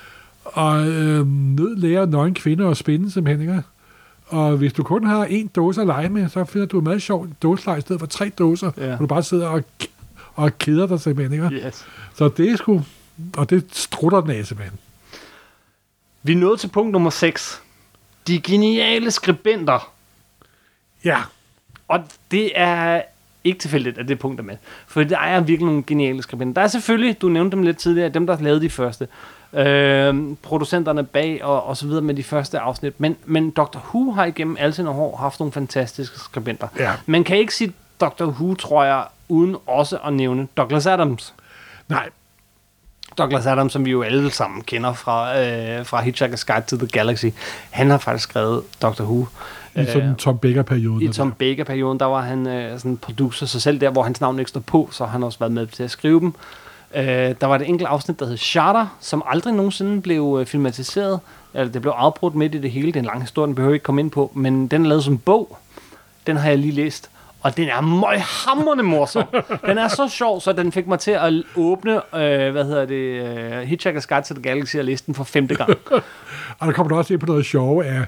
[SPEAKER 2] Og øh, nød lærer nøgen kvinder at spænde simpelthen, ikke? Og hvis du kun har en dåse at lege med, så finder du en meget sjov dåselej i stedet for tre dåser,
[SPEAKER 1] Ja.
[SPEAKER 2] hvor du bare sidder og, og keder dig simpelthen, ikke?
[SPEAKER 1] Yes.
[SPEAKER 2] Så det er sgu, og det strutter den af simpelthen.
[SPEAKER 1] Vi er nået til punkt nummer seks. De geniale skribenter.
[SPEAKER 2] Ja,
[SPEAKER 1] Og det er ikke tilfældigt, at det punkt er med. For der er virkelig nogle geniale skribenter. Der er selvfølgelig, du nævnte dem lidt tidligere, dem der lavede de første. Øh, producenterne bag og, og så videre med de første afsnit. Men, men doktor Who har igennem alle sine år haft nogle fantastiske skribenter.
[SPEAKER 2] Ja.
[SPEAKER 1] Man kan ikke sige doktor Who, tror jeg, uden også at nævne Douglas Adams.
[SPEAKER 2] nej,
[SPEAKER 1] Douglas Adams, som vi jo alle sammen kender fra, øh, fra Hitchhiker's Guide to the Galaxy. Han har faktisk skrevet Doctor Who.
[SPEAKER 2] i sådan en Tom Baker-periode.
[SPEAKER 1] I Tom Baker-perioden, der var han øh, sådan producer, så selv der, hvor hans navn ikke står på, så har han også været med til at skrive dem. Øh, der var et enkelt afsnit, der hed Charter, som aldrig nogensinde blev øh, filmatiseret. Eller det blev afbrudt midt i det hele. Det er en lang historie, den behøver jeg ikke komme ind på. Men den er lavet som bog. Den har jeg lige læst. Og den er møghamrende morsom. Den er så sjov, så den fik mig til at åbne, øh, hvad hedder det, øh, Hitchhiker's Guide to the Galaxy og læse den for femte gang.
[SPEAKER 2] Og der kommer der også ind på noget sjove af,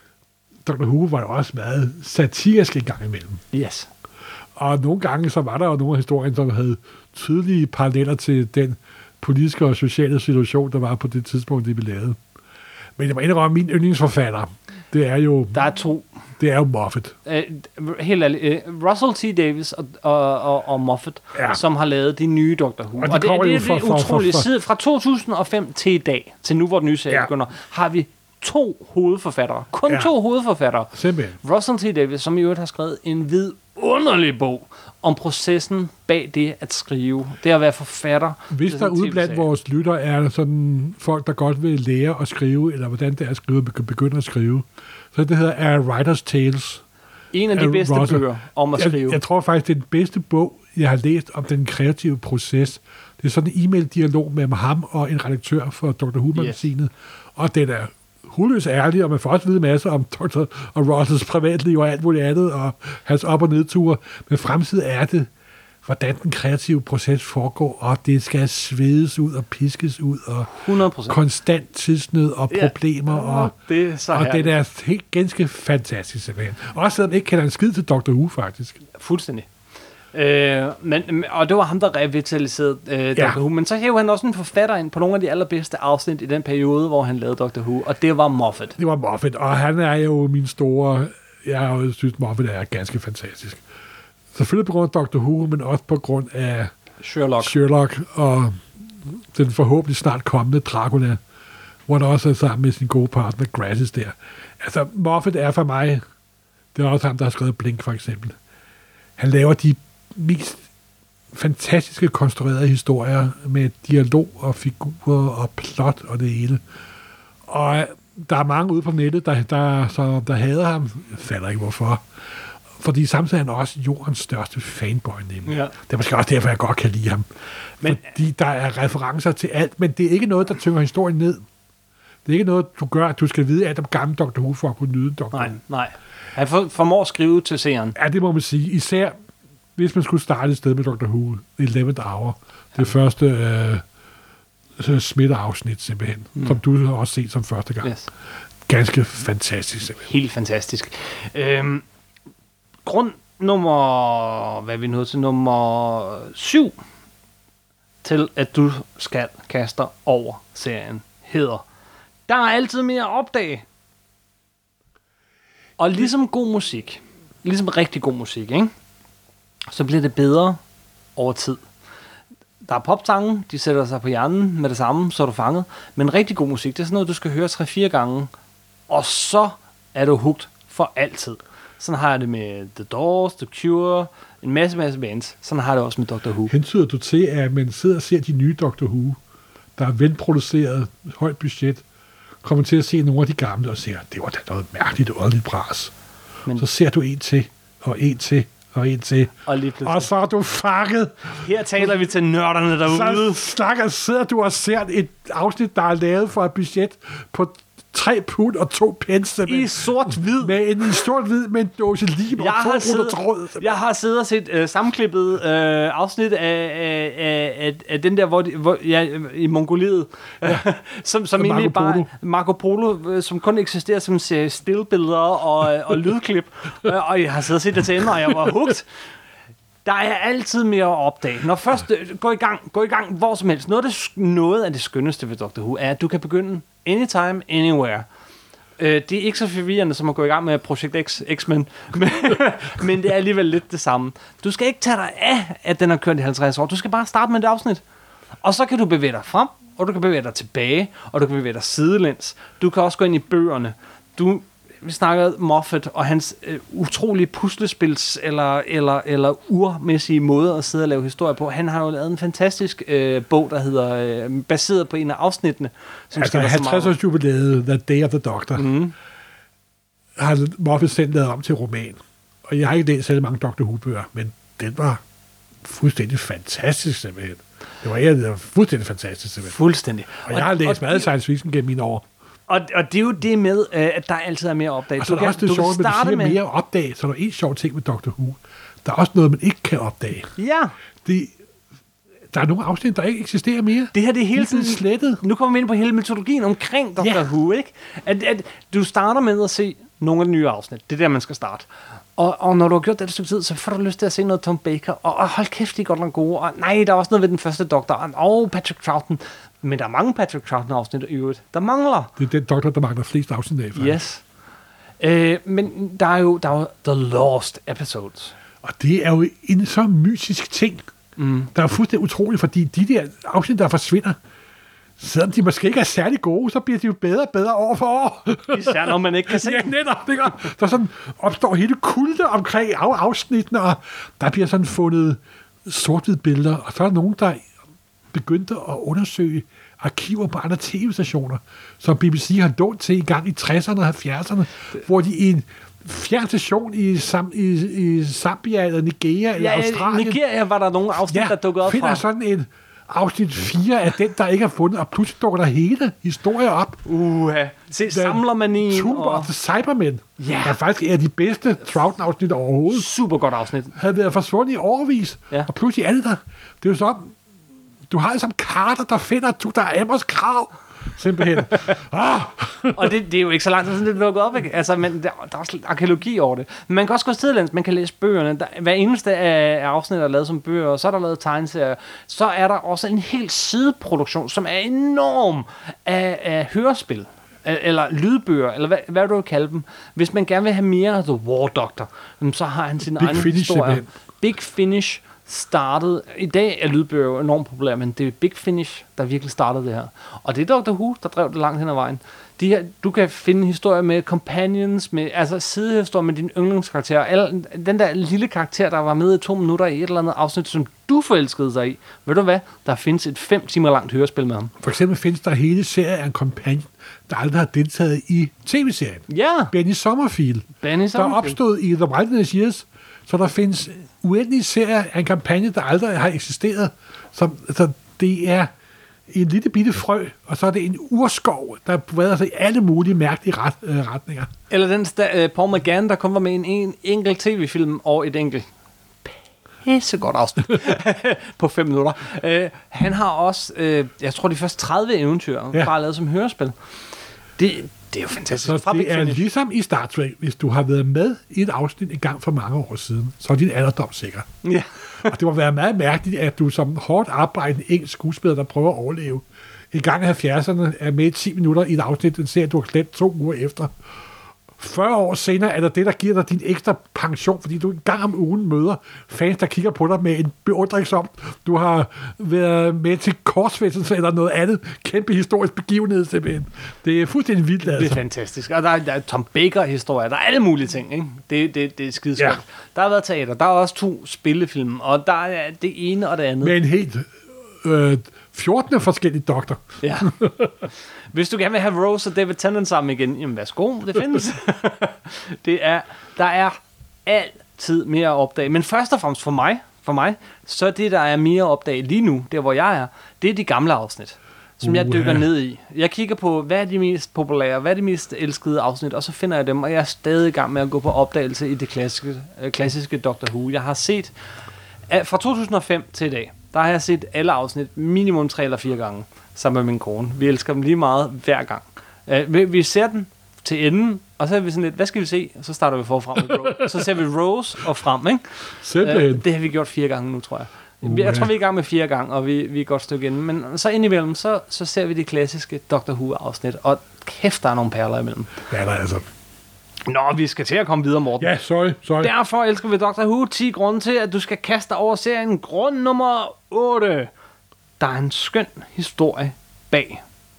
[SPEAKER 2] doktor Who var jo også meget satirisk en gang imellem.
[SPEAKER 1] Yes.
[SPEAKER 2] Og nogle gange, så var der jo nogle af historien, som havde tydelige paralleller til den politiske og sociale situation, der var på det tidspunkt, det vi lavede. Men jeg må indrømme, min yndlingsforfatter, det er jo,
[SPEAKER 1] Der er to.
[SPEAKER 2] det er jo Moffat.
[SPEAKER 1] Øh, helt ærligt, øh, Russell T. Davies og, og, og, og Moffat,
[SPEAKER 2] Ja.
[SPEAKER 1] ja. som har lavet de nye Doctor Who.
[SPEAKER 2] Og
[SPEAKER 1] Og,
[SPEAKER 2] de
[SPEAKER 1] og det,
[SPEAKER 2] kommer
[SPEAKER 1] det,
[SPEAKER 2] jo
[SPEAKER 1] det,
[SPEAKER 2] fra-
[SPEAKER 1] det er
[SPEAKER 2] fra-
[SPEAKER 1] utroligt.
[SPEAKER 2] fra- fra-
[SPEAKER 1] Siden fra to tusind og fem til i dag, til nu hvor den nye serie
[SPEAKER 2] Ja.
[SPEAKER 1] ja. begynder, har vi to hovedforfattere. Kun
[SPEAKER 2] Ja.
[SPEAKER 1] ja. to hovedforfattere.
[SPEAKER 2] Simpelthen.
[SPEAKER 1] Russell T. Davies, som i øvrigt har skrevet en vidunderlig bog om processen bag det at skrive. Det at være forfatter.
[SPEAKER 2] Hvis
[SPEAKER 1] til
[SPEAKER 2] der
[SPEAKER 1] sådan en
[SPEAKER 2] ude blandt
[SPEAKER 1] T V-serie.
[SPEAKER 2] vores lytter er sådan folk, der godt vil lære at skrive, eller hvordan det er at skrive, begynde at skrive, så det hedder A Writer's Tales.
[SPEAKER 1] En af de
[SPEAKER 2] af
[SPEAKER 1] bedste
[SPEAKER 2] Russell.
[SPEAKER 1] bøger om at
[SPEAKER 2] Jeg,
[SPEAKER 1] skrive.
[SPEAKER 2] jeg tror faktisk, det er den bedste bog, jeg har læst om den kreative proces. Det er sådan en e-mail-dialog mellem ham og en redaktør for doktor Who-magasinet. Yes. Og den er huløs ærlig, og man får også vide masser om doktor og Russells privatliv og alt muligt andet, og hans op- og nedture. Men fremtiden er det, hvordan den kreative proces foregår, og det skal svedes ud og piskes ud, og
[SPEAKER 1] hundrede procent.
[SPEAKER 2] konstant tidsnød og
[SPEAKER 1] Ja.
[SPEAKER 2] problemer, og,
[SPEAKER 1] Det er så
[SPEAKER 2] og
[SPEAKER 1] herligt.
[SPEAKER 2] det er helt ganske fantastisk simpelthen. Også selvom jeg ikke kender en skid til doktor Who, faktisk.
[SPEAKER 1] Fuldstændig. Øh, men, og det var ham, der revitaliserede øh, Doctor
[SPEAKER 2] Ja.
[SPEAKER 1] Who. Men så hævde han også en forfatter ind på nogle af de allerbedste afsnit i den periode, hvor han lavede Doctor Who, og det var Moffat.
[SPEAKER 2] Det var Moffat, og han er jo min store... Jeg jo synes, Moffat er ganske fantastisk. Selvfølgelig på grund af doktor Who, men også på grund af
[SPEAKER 1] Sherlock.
[SPEAKER 2] Sherlock og den forhåbentlig snart kommende Dracula, hvor han også er sammen med sin gode partner Grasses der. Altså, Moffat er for mig Det er også ham, der har skrevet Blink, for eksempel. Han laver de mest fantastiske konstruerede historier med dialog og figurer og plot og det hele. Og der er mange ude på nettet, der, der, så, der hader ham. Jeg fatter ikke, hvorfor. Fordi samtidig er han også jordens største fanboy, nemlig. Ja. Det er måske også derfor, jeg godt kan lide ham. Men, fordi der er referencer til alt, men det er ikke noget, der tynger historien ned. Det er ikke noget, du gør, at du skal vide, at om gamle doktor Who for at kunne nyde doktor
[SPEAKER 1] Nej, nej. Han formår at skrive til seeren.
[SPEAKER 2] Ja, det må man sige. Især hvis man skulle starte et sted med doktor Who, ellevte Hour, det ja. første øh, smitteafsnit simpelthen, mm. som du har også set som første gang. Yes. Ganske fantastisk simpelthen.
[SPEAKER 1] Helt fantastisk. Øhm, grund nummer, hvad er vi nået til, nummer syv, til at du skal kaste over serien, hedder, der er altid mere at opdage. Og ligesom god musik, ligesom rigtig god musik, ikke? Så bliver det bedre over tid. Der er popsange, de sætter sig på hjernen med det samme, så er du fanget. Men rigtig god musik, det er sådan noget, du skal høre tre-fire gange, og så er du hooked for altid. Sådan har jeg det med The Doors, The Cure, en masse, masse bands. Sådan har jeg det også med Doctor Who.
[SPEAKER 2] Hentyder du til, at man sidder og ser de nye Doctor Who, der er velproduceret, højt budget, kommer til at se nogle af de gamle og siger, det var da noget mærkeligt og lidt bras. Men så ser du en til, og en til, og en til.
[SPEAKER 1] Og,
[SPEAKER 2] og så er du fanget.
[SPEAKER 1] Her taler vi til nørderne derude.
[SPEAKER 2] Så snakker, sidder du og ser et afsnit, der er lavet for et budget på tre pund og to pence.
[SPEAKER 1] I sort-hvid.
[SPEAKER 2] Med en i sort-hvid med en dåse lim og to ruller tråd.
[SPEAKER 1] Jeg har siddet og set øh, sammenklippet øh, afsnit af, af, af, af den der, hvor, de, hvor ja, i Mongoliet. Ja. som som egentlig bare Marco Polo, øh, som kun eksisterer som serie stillbilleder og, og lydklip. øh, og jeg har siddet og set det til ende, og jeg var hooked. Der er altid mere at opdage. Når først øh, gå i gang, gå i gang hvor som helst. Noget af det, noget af det skønneste ved Doctor Who er, at du kan begynde anytime, anywhere. Øh, det er ikke så forvirrende som at gå i gang med Projekt X, X-Men, men, men det er alligevel lidt det samme. Du skal ikke tage dig af, at den har kørt i halvtreds år. Du skal bare starte med det afsnit. Og så kan du bevæge dig frem, og du kan bevæge dig tilbage, og du kan bevæge dig sidelæns. Du kan også gå ind i bøgerne. Du Vi snakkede Moffat og hans øh, utrolige puslespils eller, eller, eller urmæssige måder at sidde og lave historie på. Han har jo lavet en fantastisk øh, bog, der hedder, øh, baseret på en af afsnittene. Som
[SPEAKER 2] altså halvtreds års jubilæet, The Day of the Doctor, mm. har Moffat selv lavet om til roman. Og jeg har ikke læst særlig mange Doctor Who-bøger, men den var fuldstændig fantastisk simpelthen. Det var, ja, det var fuldstændig fantastisk simpelthen.
[SPEAKER 1] Fuldstændig.
[SPEAKER 2] Og, og jeg har læst meget science fiction gennem mine år.
[SPEAKER 1] Og, og det er jo det med, at der altid er mere at opdage.
[SPEAKER 2] Og så er der også det sjovt, at du siger med mere at opdage, så er der en sjov ting med Doctor Who. Der er også noget, man ikke kan opdage.
[SPEAKER 1] Ja.
[SPEAKER 2] Det, der er nogle afsnit, der ikke eksisterer mere.
[SPEAKER 1] Det her det er hele tiden
[SPEAKER 2] slettet.
[SPEAKER 1] Nu kommer vi ind på hele metodologien omkring Doctor yeah. Who, ikke? At, at du starter med at se nogle af de nye afsnit. Det er der, man skal starte. Og, og når du har gjort det et stykke tid, så får du lyst til at se noget Tom Baker. Og, og hold kæft, de er godt nok gode. Og nej, der er også noget ved den første doktor. Og oh, Patrick Troughton. Men der er mange Patrick Troughton-afsnit i øvrigt. Der mangler.
[SPEAKER 2] Det er den doktor, der mangler flest afsnit af, faktisk.
[SPEAKER 1] Yes. Øh, men der er jo der er jo The Lost Episodes.
[SPEAKER 2] Og det er jo en så mytisk ting. Mm. Der er fuldstændig utroligt, fordi de der afsnit, der forsvinder, selvom de måske ikke er særlig gode, så bliver de jo bedre og bedre år for år.
[SPEAKER 1] Især når man ikke kan se.
[SPEAKER 2] Ja, netop. Det gør. Der sådan opstår hele kulte omkring af afsnittene, og der bliver sådan fundet sort-hvide billeder, og så er der nogen, der begyndte at undersøge arkiver på andre tv-stationer, som B B C har lånt til i gang i tresserne og halvfjerdserne, hvor de i en fjern station i, Sam, i, i Zambia eller Nigeria eller
[SPEAKER 1] ja,
[SPEAKER 2] Australien.
[SPEAKER 1] Nigeria var der nogle afsnit, ja, der dukkede op fra.
[SPEAKER 2] finder sådan en afsnit fire af den, der ikke er fundet, og pludselig dukker der hele historier op.
[SPEAKER 1] Uha. Se, samler man i
[SPEAKER 2] Tomb
[SPEAKER 1] og...
[SPEAKER 2] of the Cybermen,
[SPEAKER 1] ja.
[SPEAKER 2] der faktisk er de bedste Troughton-afsnit overhovedet.
[SPEAKER 1] Super godt afsnit.
[SPEAKER 2] Havde været forsvundet i overvis, ja. Og pludselig er det der. Det er jo så, du har ligesom Carter, der finder, du der er Amos Krav. Simpelthen. ah.
[SPEAKER 1] Og det, det er jo ikke så langt, sådan det lukket op, ikke? Altså, men der, der er også arkeologi over det. Men man kan også gå sidelæns, man kan læse bøgerne. Der, hver eneste af, af afsnit er lavet som bøger, og så er der lavet tegneserier. Så er der også en hel sideproduktion, som er enorm af, af hørespil. Eller lydbøger, eller hvad, hvad du vil kalde dem. Hvis man gerne vil have mere af The War Doctor, så har han sin
[SPEAKER 2] Big
[SPEAKER 1] egen
[SPEAKER 2] Finish,
[SPEAKER 1] historie.
[SPEAKER 2] Simpelthen.
[SPEAKER 1] Big Finish, startede... I dag er lydbøger jo enormt populære, men det er Big Finish, der virkelig startede det her. Og det er Doctor Who, der drev det langt hen ad vejen. De her, du kan finde historier med companions, med, altså sidehistorier med dine yndlingskarakterer. Alle, den der lille karakter, der var med i to minutter i et eller andet afsnit, som du forelskede sig i. Ved du hvad? Der findes et fem timer langt hørespil med ham.
[SPEAKER 2] For eksempel findes der hele serien af en companion, der aldrig har deltaget i tv-serien.
[SPEAKER 1] Ja.
[SPEAKER 2] Benny Sommerfield.
[SPEAKER 1] Benny Sommerfield.
[SPEAKER 2] Der opstod i The Wilderness Years, så der findes uendelige serier af en kampagne, der aldrig har eksisteret. Så, så det er en lille bitte frø, og så er det en urskov, der breder sig i alle mulige mærkelige ret, øh, retninger.
[SPEAKER 1] Eller den sta- uh, Paul McGann, der kun var med i en, en enkelt tv-film og et enkelt pisse godt afsnit på fem minutter. Uh, han har også, uh, jeg tror, de første tredive eventyr, ja. bare lavet som hørespil. Det, det er jo fantastisk.
[SPEAKER 2] Så det er ligesom i Star Trek, hvis du har været med i et afsnit en gang for mange år siden, så er din alderdom sikker.
[SPEAKER 1] Ja.
[SPEAKER 2] Og det må være meget mærkeligt, at du som hårdt arbejdende engelsk skuespiller, der prøver at overleve, en gang i halvfjerdserne er med i ti minutter i et afsnit, den ser du har glemt to uger efter. fyrre år senere er der det, der giver dig din ekstra pension, fordi du en gang om ugen møder fans, der kigger på dig med en beundring som, du har været med til korsfæstelse eller noget andet kæmpe historisk begivenhed simpelthen. Det er fuldstændig vildt, altså.
[SPEAKER 1] Det er fantastisk. Og der er, der er Tom Baker-historier, der er alle mulige ting, ikke? Det, det, det er skideskønt. Ja. Der har været teater, der er også to spillefilm, og der er det ene og det andet.
[SPEAKER 2] Med en helt øh, fjorten forskellige doktor.
[SPEAKER 1] Ja. Hvis du gerne vil have Rose og David Tennant sammen igen, jamen værsgo, det findes. det er, der er altid mere at opdage. Men først og fremmest for mig, for mig, så det, der er mere at opdage lige nu, der hvor jeg er, det er de gamle afsnit, som uh, jeg dykker ja. ned i. Jeg kigger på, hvad er de mest populære, hvad er de mest elskede afsnit, og så finder jeg dem, og jeg er stadig i gang med at gå på opdagelse i det klassiske, øh, klassiske Doctor Who. Jeg har set, fra to tusind og fem til i dag, der har jeg set alle afsnit minimum tre eller fire gange sammen med min kone. Vi elsker dem lige meget hver gang. Uh, vi, vi ser den til enden, og så er vi sådan lidt, hvad skal vi se? Og så starter vi forfra med Rose. Så ser vi Rose og frem, ikke?
[SPEAKER 2] Simpelthen.
[SPEAKER 1] Uh, det har vi gjort fire gange nu, tror jeg. Uh, jeg tror, vi er i gang med fire gange, og vi, vi er et godt stykke inden. Men så indimellem, så, så ser vi det klassiske Doctor Who-afsnit, og kæft, der er nogle perler imellem.
[SPEAKER 2] Ja, der er altså.
[SPEAKER 1] Nå, vi skal til at komme videre, Morten.
[SPEAKER 2] Ja, sorry, sorry.
[SPEAKER 1] Derfor elsker vi Doctor Who. ti grunde til, at du skal kaste dig over serien. Grund nummer otte. Der er en skøn historie bag.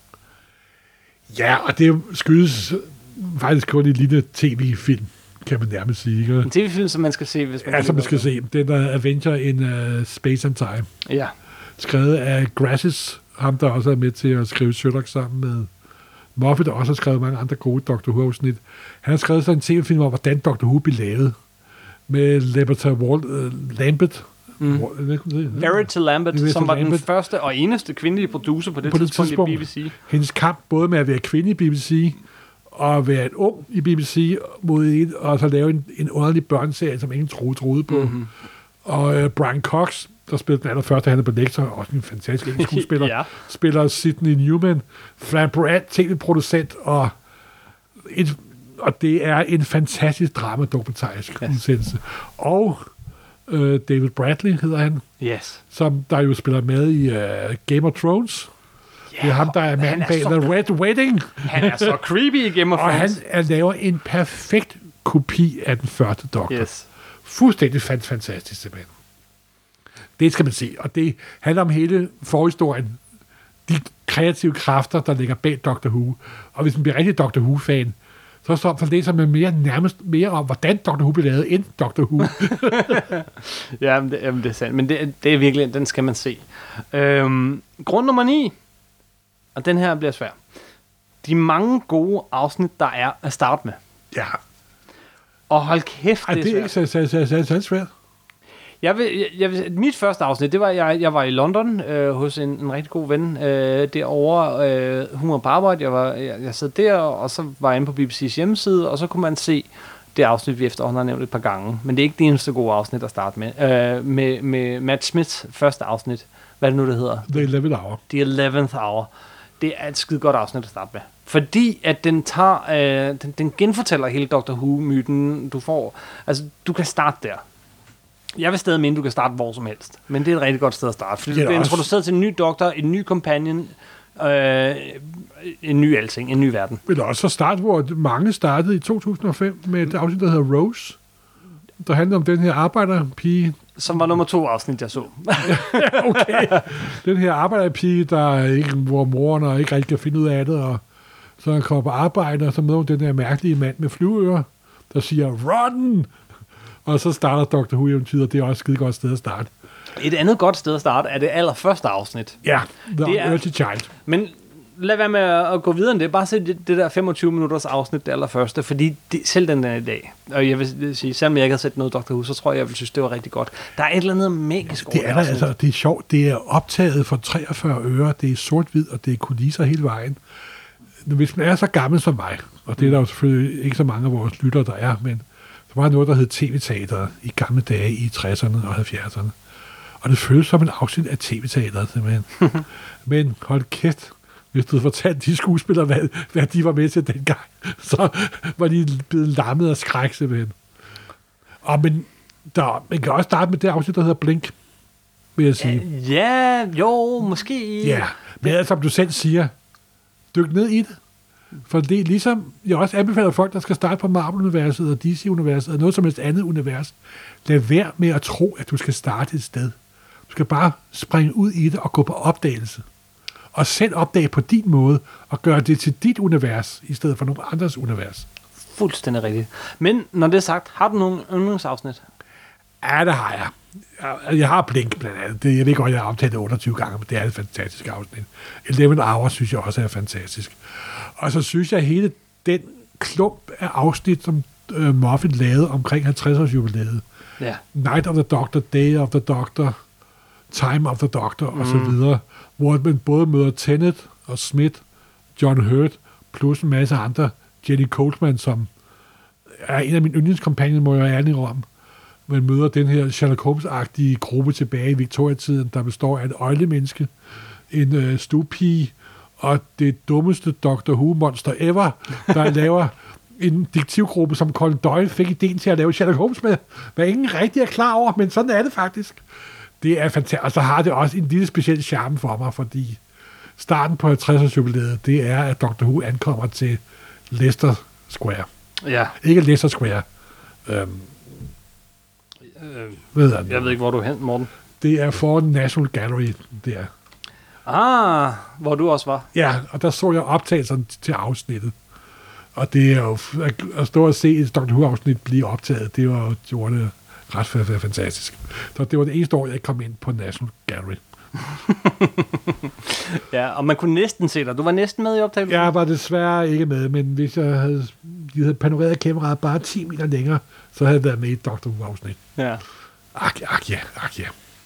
[SPEAKER 2] Ja, og det skyldes faktisk kun en lille tv-film, kan man nærmest sige. Ikke?
[SPEAKER 1] En tv-film, som man skal se, hvis man...
[SPEAKER 2] Ja, som man skal se. Den der Adventure in uh, Space and Time.
[SPEAKER 1] Ja.
[SPEAKER 2] Skrevet af Grasses, ham der også er med til at skrive Sherlock sammen med Moffat, der også har skrevet mange andre gode Doctor Who-afsnit. Han har skrevet sådan en tv-film om, hvordan Doctor Who blev lavet. Med Liberta Walt, uh, Lambert.
[SPEAKER 1] Mm. Verity Lambert,
[SPEAKER 2] Verity
[SPEAKER 1] som var
[SPEAKER 2] Lambert.
[SPEAKER 1] den første og eneste kvindelige producer på det,
[SPEAKER 2] på det
[SPEAKER 1] tidspunkt,
[SPEAKER 2] tidspunkt
[SPEAKER 1] i B B C.
[SPEAKER 2] Hendes kamp både med at være kvinde i B B C og være en ung i B B C mod en, og så lave en, en underlig børneserie, som ingen troede, troede på. Mm-hmm. Og uh, Brian Cox, der spillede den allerførste, han er på lektor, også en fantastisk engelsk skuespiller, ja. Spiller Sidney Newman, flamboyant tv-producent, og, et, og det er en fantastisk drama-dokumentarisk yes. udsendelse. Og uh, David Bradley hedder han,
[SPEAKER 1] yes.
[SPEAKER 2] som der jo spiller med i uh, Game of Thrones. Yeah, det er ham, der er manden bag The Red Wedding.
[SPEAKER 1] Han er så creepy i Game of Thrones.
[SPEAKER 2] Og han laver en perfekt kopi af den første Doktor.
[SPEAKER 1] Yes.
[SPEAKER 2] Fuldstændig fantastisk, simpelthen. Det skal man se, og det handler om hele forhistorien. De kreative kræfter, der ligger bag Doctor Who. Og hvis man bliver rigtig Doctor Who-fan, så så for læser man mere, nærmest mere om, hvordan Doctor Who blev lavet, end Doctor Who.
[SPEAKER 1] ja, men det, jamen det er sandt. Men det, det er virkelig, den skal man se. Øhm, grund nummer ni, og den her bliver svær. De mange gode afsnit, der er at starte med.
[SPEAKER 2] Ja.
[SPEAKER 1] Og hold kæft,
[SPEAKER 2] Ej, det er, det er ikke så, så, så, så, så svært.
[SPEAKER 1] Jeg vil, jeg, jeg vil, mit første afsnit, det var, jeg, jeg var i London øh, hos en, en rigtig god ven øh, derovre. Øh, hun var på arbejde, jeg, var, jeg, jeg sad der, og så var jeg inde på B B C's hjemmeside, og så kunne man se det afsnit, vi efterhånden har nævnt et par gange. Men det er ikke det eneste gode afsnit at starte med. Øh, med, med Matt Smiths første afsnit. Hvad er det nu, det hedder?
[SPEAKER 2] The eleventh Hour.
[SPEAKER 1] The eleventh Hour. Det er et skide godt afsnit at starte med. Fordi at den tager, øh, den, den genfortæller hele Doctor Who-myten, du får. Altså, du kan starte der. Jeg vil stadig mene, du kan starte hvor som helst. Men det er et rigtig godt sted at starte. Fordi du bliver introduceret til en ny doktor, en ny companion, øh, en ny alting, en ny verden.
[SPEAKER 2] Eller også så start, hvor mange startede i to tusind og fem med et afsnit, der hedder Rose. Der handler om den her arbejderpige,
[SPEAKER 1] Som var nummer to afsnit, jeg så.
[SPEAKER 2] Okay. Den her arbejderpige, der ikke, hvor moren ikke rigtig kan finde ud af det, og så han kommer på arbejde, og så møder hun den her mærkelige mand med flyveører, der siger, run! Og så starter Doctor Who-eventyret, det er også et skide godt sted at starte.
[SPEAKER 1] Et andet godt sted at starte er det allerførste afsnit.
[SPEAKER 2] Ja, The
[SPEAKER 1] Det er-
[SPEAKER 2] Earthly Child.
[SPEAKER 1] Men lad være med at gå videre end det. Bare se det, det der femogtyve minutters afsnit, det allerførste. Fordi det, selv den der i dag, og jeg vil sige, selvom jeg ikke har set noget Doctor Who, så tror jeg, jeg vil synes, det var rigtig godt. Der er et eller andet magisk over
[SPEAKER 2] Det er der,
[SPEAKER 1] afsnit.
[SPEAKER 2] altså, det er sjovt. Det er optaget for treogfyrre øre, det er sort-hvid, og det er kulisser hele vejen. Hvis man er så gammel som mig, og det er der jo selvfølgelig ikke så mange af vores lyttere, der er, men der var noget, der hed tv-teater i gamle dage i tresserne og halvfjerdserne. Og det føles som en afsnit af tv-teateret, simpelthen. Men hold kæft, hvis du fortalte de skuespillere, hvad, hvad de var med til dengang, så var de blevet lammet af skræk, simpelthen. Og men, der, man kan også starte med det afsnit, der hedder Blink, vil jeg sige.
[SPEAKER 1] Ja, jo, måske.
[SPEAKER 2] Ja, men altså, som du selv siger, dyk ned i det. For det er ligesom, jeg også anbefaler folk, der skal starte på Marvel-universet og D C-universet og noget som helst andet univers. Lad være med at tro, at du skal starte et sted. Du skal bare springe ud i det og gå på opdagelse. Og selv opdage på din måde og gøre det til dit univers, i stedet for nogen andres univers.
[SPEAKER 1] Fuldstændig rigtigt. Men når det er sagt, har du nogle yndlingsafsnit?
[SPEAKER 2] Ja, det har jeg. Jeg, jeg har Blink blandt andet. Det, jeg ved godt, jeg har optaget det otteogtyve gange, men det er et fantastisk afsnit. elleve Hours synes jeg også er fantastisk. Og så synes jeg, at hele den klump af afsnit, som øh, Moffat lavede omkring halvtreds-års jubilæet.
[SPEAKER 1] Ja.
[SPEAKER 2] Night of the Doctor, Day of the Doctor, Time of the Doctor, mm. og så videre. Hvor man både møder Tennant og Smith, John Hurt, plus en masse andre. Jenny Coleman, som er en af mine yndlingskompagner, må jeg ærlig om. Man møder den her Sherlock Holmes-agtige gruppe tilbage i Victoria-tiden, der består af et øjlemenneske, en øh, stuepige, og det dummeste Doctor Who-monster ever, der laver en detektivgruppe, som Colin Doyle fik ideen til at lave Sherlock Holmes med, hvad ingen rigtig er klar over, men sådan er det faktisk. Det er fantastisk, og så har det også en lille speciel charme for mig, fordi starten på halvtreds-års jubilæet, det er, at Doctor Who ankommer til Leicester Square.
[SPEAKER 1] Ja.
[SPEAKER 2] Ikke Leicester Square. Øhm,
[SPEAKER 1] Øh,
[SPEAKER 2] ved jeg,
[SPEAKER 1] jeg ved ikke, hvor du er hen, Morten.
[SPEAKER 2] Det er for National Gallery, det er.
[SPEAKER 1] Ah, hvor du også var.
[SPEAKER 2] Ja, og der så jeg optagelserne til afsnittet. Og det er jo, at stå og se et Doctor Who-afsnit blive optaget, det var jo gjort det ret fantastisk. Så det var det eneste år, jeg kom ind på National Gallery.
[SPEAKER 1] Ja, og man kunne næsten se dig. Du var næsten med i optagelsen.
[SPEAKER 2] Jeg var desværre ikke med, men hvis jeg havde, de havde panoreret kameraet bare ti meter længere, så havde jeg været med i et Doctor Who-afsnit.
[SPEAKER 1] Ja.
[SPEAKER 2] Ak, ak ja, ak ja.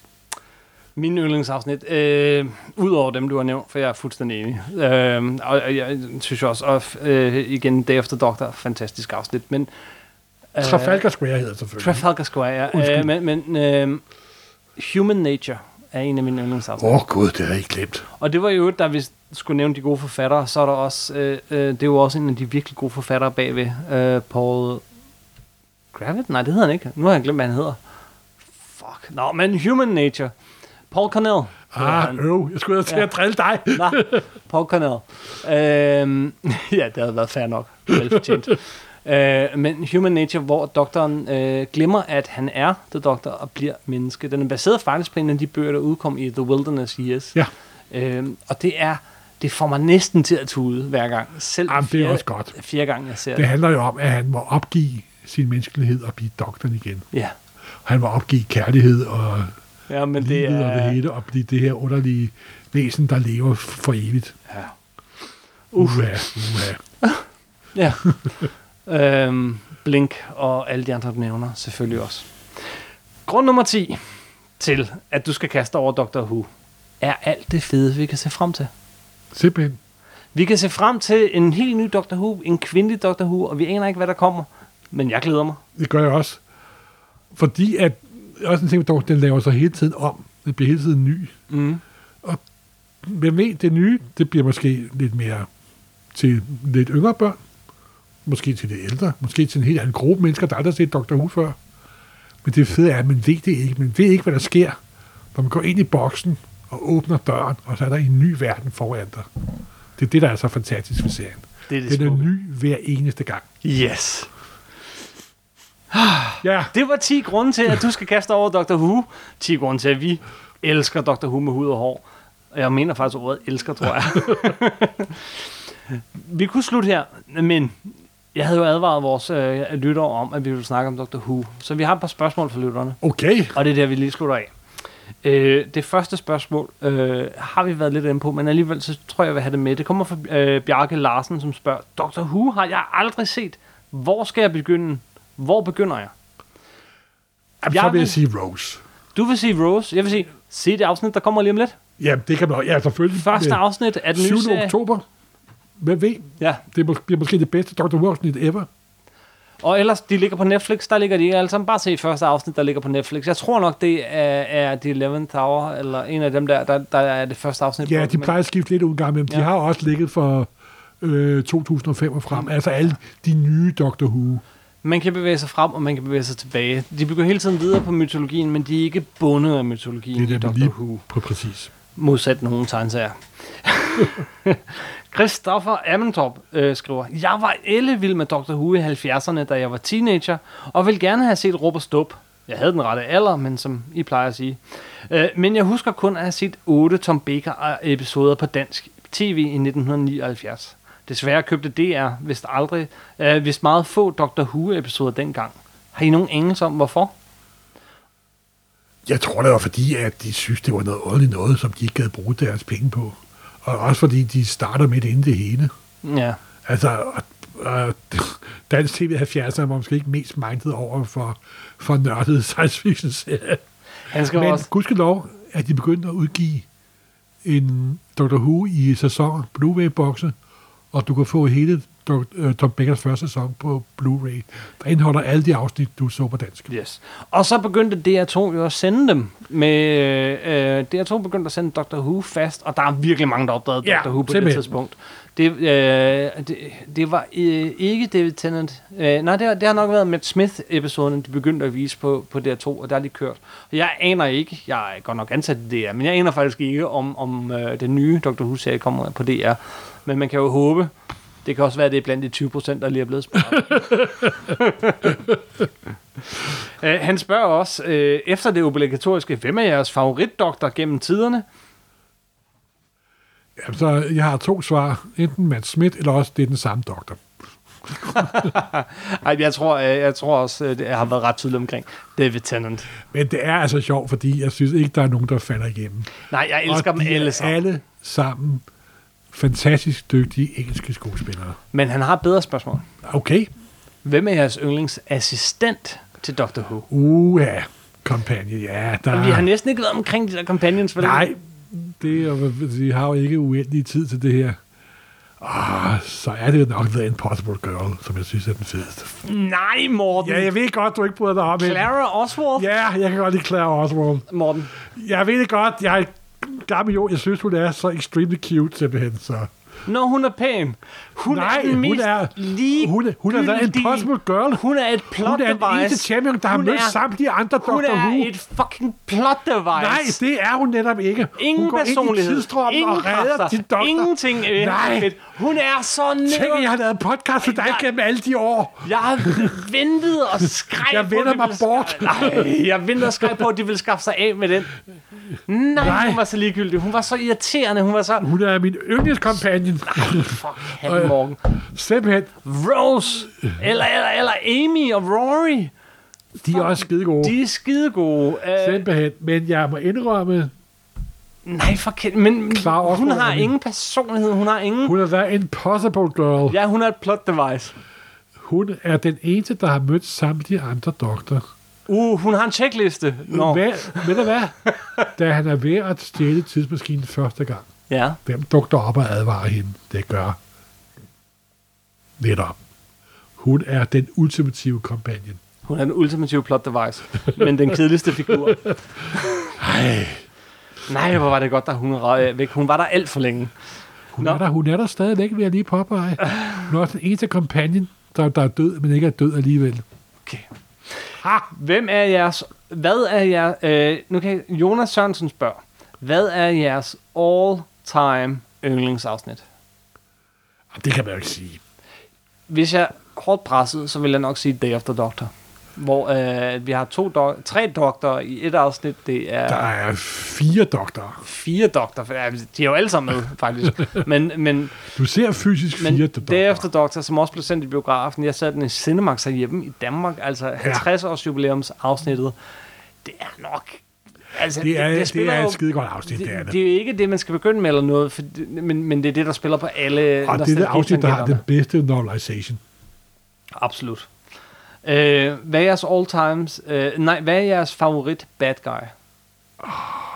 [SPEAKER 1] Min yndlingsafsnit, øh, udover dem, du har nævnt, for jeg er fuldstændig enig. Øh, og jeg synes også, og øh, igen, Day of the Doctor, fantastisk afsnit, men... Øh,
[SPEAKER 2] Trafalgar Square hedder selvfølgelig.
[SPEAKER 1] Trafalgar Square, ja. Øh, men men øh, Human Nature er en af mine yndlingsafsnit.
[SPEAKER 2] Åh oh, gud, det har jeg ikke glemt.
[SPEAKER 1] Og det var jo, da vi skulle nævne de gode forfattere, så er der også, øh, øh, det er jo også en af de virkelig gode forfattere bagved, øh, Paul Gravett? Nej, det hedder han ikke. Nu har jeg glemt, hvad han hedder. Fuck. Nå, men Human Nature. Paul Cornell.
[SPEAKER 2] Ah, øv, jeg skulle til ja. at drille dig.
[SPEAKER 1] Nå, Paul Cornell. Øhm, ja, det havde været fair nok. Velfortjent. øh, men Human Nature, hvor doktoren øh, glemmer, at han er The Doctor og bliver menneske. Den er baseret faktisk på en af de bøger, der udkom i The Wilderness Years.
[SPEAKER 2] Ja.
[SPEAKER 1] Øhm, og det er, det får mig næsten til at tude hver gang. Selv
[SPEAKER 2] Jamen,
[SPEAKER 1] fjerde,
[SPEAKER 2] det er også godt.
[SPEAKER 1] Fjerde gang, jeg ser
[SPEAKER 2] det.
[SPEAKER 1] det.
[SPEAKER 2] Det handler jo om, at han må opgive sin menneskelighed og blive doktoren igen.
[SPEAKER 1] Ja.
[SPEAKER 2] Han må opgive kærlighed og
[SPEAKER 1] Ja, men det
[SPEAKER 2] livet
[SPEAKER 1] er...
[SPEAKER 2] og det hele, og blive det her underlige væsen, der lever for evigt.
[SPEAKER 1] Ja.
[SPEAKER 2] Uha, uha.
[SPEAKER 1] Ja. øhm, Blink og alle de andre, du nævner, selvfølgelig også. Grund nummer ti til, at du skal kaste over Doctor Who, er alt det fede, vi kan se frem til.
[SPEAKER 2] Simpelthen.
[SPEAKER 1] Vi kan se frem til en helt ny Doctor Who, en kvindelig Doctor Who, og vi aner ikke, hvad der kommer. Men jeg glæder mig.
[SPEAKER 2] Det gør jeg også. Fordi at, også en ting, dog, den laver sig hele tiden om. Den bliver hele tiden ny.
[SPEAKER 1] Mm.
[SPEAKER 2] Og hvem ved, det nye, det bliver måske lidt mere til lidt yngre børn. Måske til det ældre. Måske til en helt anden gruppe mennesker, der aldrig har set Doctor Who før. Men det fede er, at man ved det ikke. Man ved ikke, hvad der sker, når man går ind i boksen og åbner døren, og så er der en ny verden foran dig. Det er det, der er så fantastisk ved serien.
[SPEAKER 1] Det er det
[SPEAKER 2] Den er
[SPEAKER 1] smukke.
[SPEAKER 2] ny hver eneste gang.
[SPEAKER 1] Yes.
[SPEAKER 2] Ja,
[SPEAKER 1] Det var ti grunde til, at du skal kaste over Doctor Who. ti grunde til, at vi elsker Doctor Who med hud og hår. Og jeg mener faktisk ordet elsker, tror jeg. Vi kunne slutte her, men jeg havde jo advaret vores øh, lyttere om, at vi ville snakke om Doctor Who. Så vi har et par spørgsmål for lytterne,
[SPEAKER 2] okay.
[SPEAKER 1] og det er der, vi lige slutter af. Øh, det første spørgsmål øh, har vi været lidt inde på, men alligevel så tror jeg, jeg vil have det med. Det kommer fra øh, Bjarke Larsen, som spørger, Doctor Who har jeg aldrig set. Hvor skal jeg begynde? Hvor begynder jeg?
[SPEAKER 2] Jamen, så vil jeg sige Rose.
[SPEAKER 1] Du vil sige Rose. Jeg vil sige, se det afsnit, der kommer lige om lidt.
[SPEAKER 2] Ja, det kan man ja, selvfølgelig.
[SPEAKER 1] Første afsnit af den nye
[SPEAKER 2] syvende
[SPEAKER 1] serie.
[SPEAKER 2] oktober. Hvem ved?
[SPEAKER 1] Ja.
[SPEAKER 2] Det bliver måske det bedste Doctor Who-afsnit ever.
[SPEAKER 1] Og ellers, de ligger på Netflix. Der ligger de ikke alle sammen. Bare se første afsnit, der ligger på Netflix. Jeg tror nok, det er, er The ellevte Hour, eller en af dem der, der, der er det første afsnit.
[SPEAKER 2] Ja,
[SPEAKER 1] på,
[SPEAKER 2] de plejer at skifte lidt ud gang, men ja. De har også ligget for øh, to tusind og fem og frem. Altså alle de nye Doctor Who.
[SPEAKER 1] Man kan bevæge sig frem, og man kan bevæge sig tilbage. De bygger hele tiden videre på mytologien, men de er ikke bundet af mytologien
[SPEAKER 2] det er
[SPEAKER 1] i Doctor
[SPEAKER 2] lige
[SPEAKER 1] Who.
[SPEAKER 2] På præcis.
[SPEAKER 1] Modsat nogle tegneserier. Christoffer Ammentorp øh, skriver, jeg var ellevild med Doctor Who i halvfjerdserne, da jeg var teenager, og ville gerne have set Rup og Stup. Jeg havde den rette alder, men som I plejer at sige. Øh, men jeg husker kun at have set otte Tom Baker-episoder på dansk tv i nitten nioghalvfjerds. Desværre købte D R vist aldrig, øh, vist meget få Doctor Who-episoder dengang. Har I nogen engels om, hvorfor?
[SPEAKER 2] Jeg tror, det var fordi, at de synes, det var noget ordentligt noget, som de ikke gad bruge deres penge på. Og også fordi, de starter midt inden det hele.
[SPEAKER 1] Ja.
[SPEAKER 2] Altså, øh, dansk tv i halvfjerdserne var måske ikke mest mindet over for, for nørdede science fiction serier.
[SPEAKER 1] Han skal
[SPEAKER 2] Men
[SPEAKER 1] også...
[SPEAKER 2] gudskelov, at de begyndte at udgive en Doctor Who i sæsoner, Blu-ray-bokse, og du kan få hele Tom Backers første sæson på Blu-ray. Der indeholder alle de afsnit, du så på dansk.
[SPEAKER 1] Yes. Og så begyndte D R to jo at sende dem. Med, øh, D R to begyndte at sende Doctor Who fast, og der er virkelig mange, der opdagede
[SPEAKER 2] ja,
[SPEAKER 1] Doctor Who på
[SPEAKER 2] simpelthen.
[SPEAKER 1] det tidspunkt. Det, øh, det, det var øh, ikke David Tennant. Øh, nej, det har, det har nok været Matt Smith-episoden, de begyndte at vise på, på D R to, og der er de kørt. Jeg aner ikke, jeg er godt nok ansat i D R, men jeg aner faktisk ikke, om, om øh, den nye Doctor Who-serie kommer på D R. Men man kan jo håbe. Det kan også være, at det er blandt de tyve procent, der lige er blevet sparet. uh, han spørger også, uh, efter det obligatoriske, hvem er jeres favoritdoktor gennem tiderne?
[SPEAKER 2] Jamen, så jeg har to svar. Enten Matt Smith, eller også det er den samme doktor.
[SPEAKER 1] Ej, jeg tror, uh, jeg tror også, uh, det har været ret tydeligt omkring David Tennant.
[SPEAKER 2] Men det er altså sjovt, fordi jeg synes ikke, der er nogen, der falder igennem.
[SPEAKER 1] Nej, jeg elsker
[SPEAKER 2] og
[SPEAKER 1] dem
[SPEAKER 2] de
[SPEAKER 1] alle
[SPEAKER 2] er
[SPEAKER 1] sammen.
[SPEAKER 2] alle sammen fantastisk dygtige engelske skuespillere.
[SPEAKER 1] Men han har et bedre spørgsmål.
[SPEAKER 2] Okay.
[SPEAKER 1] Hvem er jeres yndlingsassistent til Doctor Who?
[SPEAKER 2] Uh, ja. Companion, ja. Der...
[SPEAKER 1] Men vi har næsten ikke været omkring de der companions.
[SPEAKER 2] Nej, det er, vi har jo ikke uendelig tid til det her. Oh, så er det jo nok The Impossible Girl, som jeg synes er den fedeste.
[SPEAKER 1] Nej, Morten.
[SPEAKER 2] Ja, jeg ved godt, du ikke bryder dig om.
[SPEAKER 1] Clara Oswald?
[SPEAKER 2] Ja, jeg kan godt lide Clara Oswald.
[SPEAKER 1] Morten.
[SPEAKER 2] Jeg ved det godt, jeg er gammel jo. Jeg synes, hun er så extremely cute, simpelthen, så...
[SPEAKER 1] Når hun er pæn. Hun
[SPEAKER 2] Nej,
[SPEAKER 1] er den
[SPEAKER 2] hun
[SPEAKER 1] mest
[SPEAKER 2] er,
[SPEAKER 1] lige
[SPEAKER 2] hun er, hun er The Impossible Girl.
[SPEAKER 1] Hun er et plot
[SPEAKER 2] Hun er
[SPEAKER 1] device.
[SPEAKER 2] den eneste champion, der har
[SPEAKER 1] Hun
[SPEAKER 2] mødt
[SPEAKER 1] er-
[SPEAKER 2] samtlige andre Doctor
[SPEAKER 1] Hun
[SPEAKER 2] Who.
[SPEAKER 1] er et fucking plot device.
[SPEAKER 2] Nej, det er hun netop ikke.
[SPEAKER 1] Ingen
[SPEAKER 2] hun går
[SPEAKER 1] personlighed.
[SPEAKER 2] ind i tidsstrømmen
[SPEAKER 1] Ingen
[SPEAKER 2] og redder
[SPEAKER 1] kræfter.
[SPEAKER 2] din doktor.
[SPEAKER 1] Ingenting. Øh,
[SPEAKER 2] Nej.
[SPEAKER 1] fedt. Hun er så nede.
[SPEAKER 2] Tænk, at jeg har lavet podcast for dig
[SPEAKER 1] Jeg-
[SPEAKER 2] gennem alle de år.
[SPEAKER 1] Jeg har ventet og skreg
[SPEAKER 2] Jeg
[SPEAKER 1] på,
[SPEAKER 2] vender
[SPEAKER 1] de
[SPEAKER 2] mig
[SPEAKER 1] ville
[SPEAKER 2] bort.
[SPEAKER 1] Sk- Nej, jeg ventede og skreg på, at de ville skaffe sig af med den. Nej,
[SPEAKER 2] Nej.
[SPEAKER 1] hun var så ligegyldig. Hun var så irriterende. Hun var så...
[SPEAKER 2] Hun er min yndlingskompagnon.
[SPEAKER 1] Fuck, han Morgen.
[SPEAKER 2] Simpelthen.
[SPEAKER 1] Rose. Eller, eller, eller Amy og Rory.
[SPEAKER 2] De er også skide gode.
[SPEAKER 1] De er skide gode. Uh,
[SPEAKER 2] Simpelthen. Men jeg må indrømme,
[SPEAKER 1] nej, for kæld, men
[SPEAKER 2] Klar
[SPEAKER 1] hun
[SPEAKER 2] Oswald
[SPEAKER 1] har
[SPEAKER 2] er min.
[SPEAKER 1] ingen personlighed. Hun har ingen...
[SPEAKER 2] hun er The Impossible Girl.
[SPEAKER 1] Ja, hun er et plot device.
[SPEAKER 2] Hun er den eneste, der har mødt samtlige andre doktor.
[SPEAKER 1] Uh, hun har en checkliste. Nå.
[SPEAKER 2] Hvad, ved du hvad? Da han er ved at stjæle tidsmaskinen første gang,
[SPEAKER 1] Ja.
[SPEAKER 2] hvem dukter op og advarer hende? Det gør netop. Hun er den ultimative companion.
[SPEAKER 1] Hun er den ultimative plot device. Men den kedeligste figur.
[SPEAKER 2] Ej,
[SPEAKER 1] Nej, hvor var det godt, da hun røg væk. Hun var der alt for længe.
[SPEAKER 2] hun,
[SPEAKER 1] Nå.
[SPEAKER 2] er der, hun er der stadigvæk, vil jeg lige påpege. Hun er også den eneste companion, der, der er død, men ikke er død alligevel.
[SPEAKER 1] Okay. Ha! Hvem er jeres... Hvad er jeres... Øh, nu kan jeg, Jonas Sørensen spørge. Hvad er jeres all-time yndlingsafsnit?
[SPEAKER 2] Det kan man jo ikke sige.
[SPEAKER 1] Hvis jeg er hårdt presset, så vil jeg nok sige Day of the Doctor. hvor øh, vi har to dok- tre doktorer i et afsnit. Det er
[SPEAKER 2] Der er fire doktorer.
[SPEAKER 1] fire doktorer. Ja, de er jo alle sammen med, faktisk. men, men,
[SPEAKER 2] Du ser fysisk fire
[SPEAKER 1] men
[SPEAKER 2] doktorer.
[SPEAKER 1] derefter doktor, som også blev sendt i biografen. Jeg satte den i Cinemax herhjemme i Danmark. Altså halvtreds års jubilæums afsnittet. Det er nok... Altså,
[SPEAKER 2] Det er,
[SPEAKER 1] det,
[SPEAKER 2] det, det er
[SPEAKER 1] jo,
[SPEAKER 2] et skidegodt afsnit, det, det er
[SPEAKER 1] det.
[SPEAKER 2] det.
[SPEAKER 1] Det er jo ikke det, man skal begynde med eller noget, for, men, men det er det, der spiller på alle...
[SPEAKER 2] Og det er det afsnit, der har den bedste novelization.
[SPEAKER 1] Absolut. Øh, hvad er jeres all times... Øh, nej, hvad er jeres favorit bad guy?
[SPEAKER 2] Oh.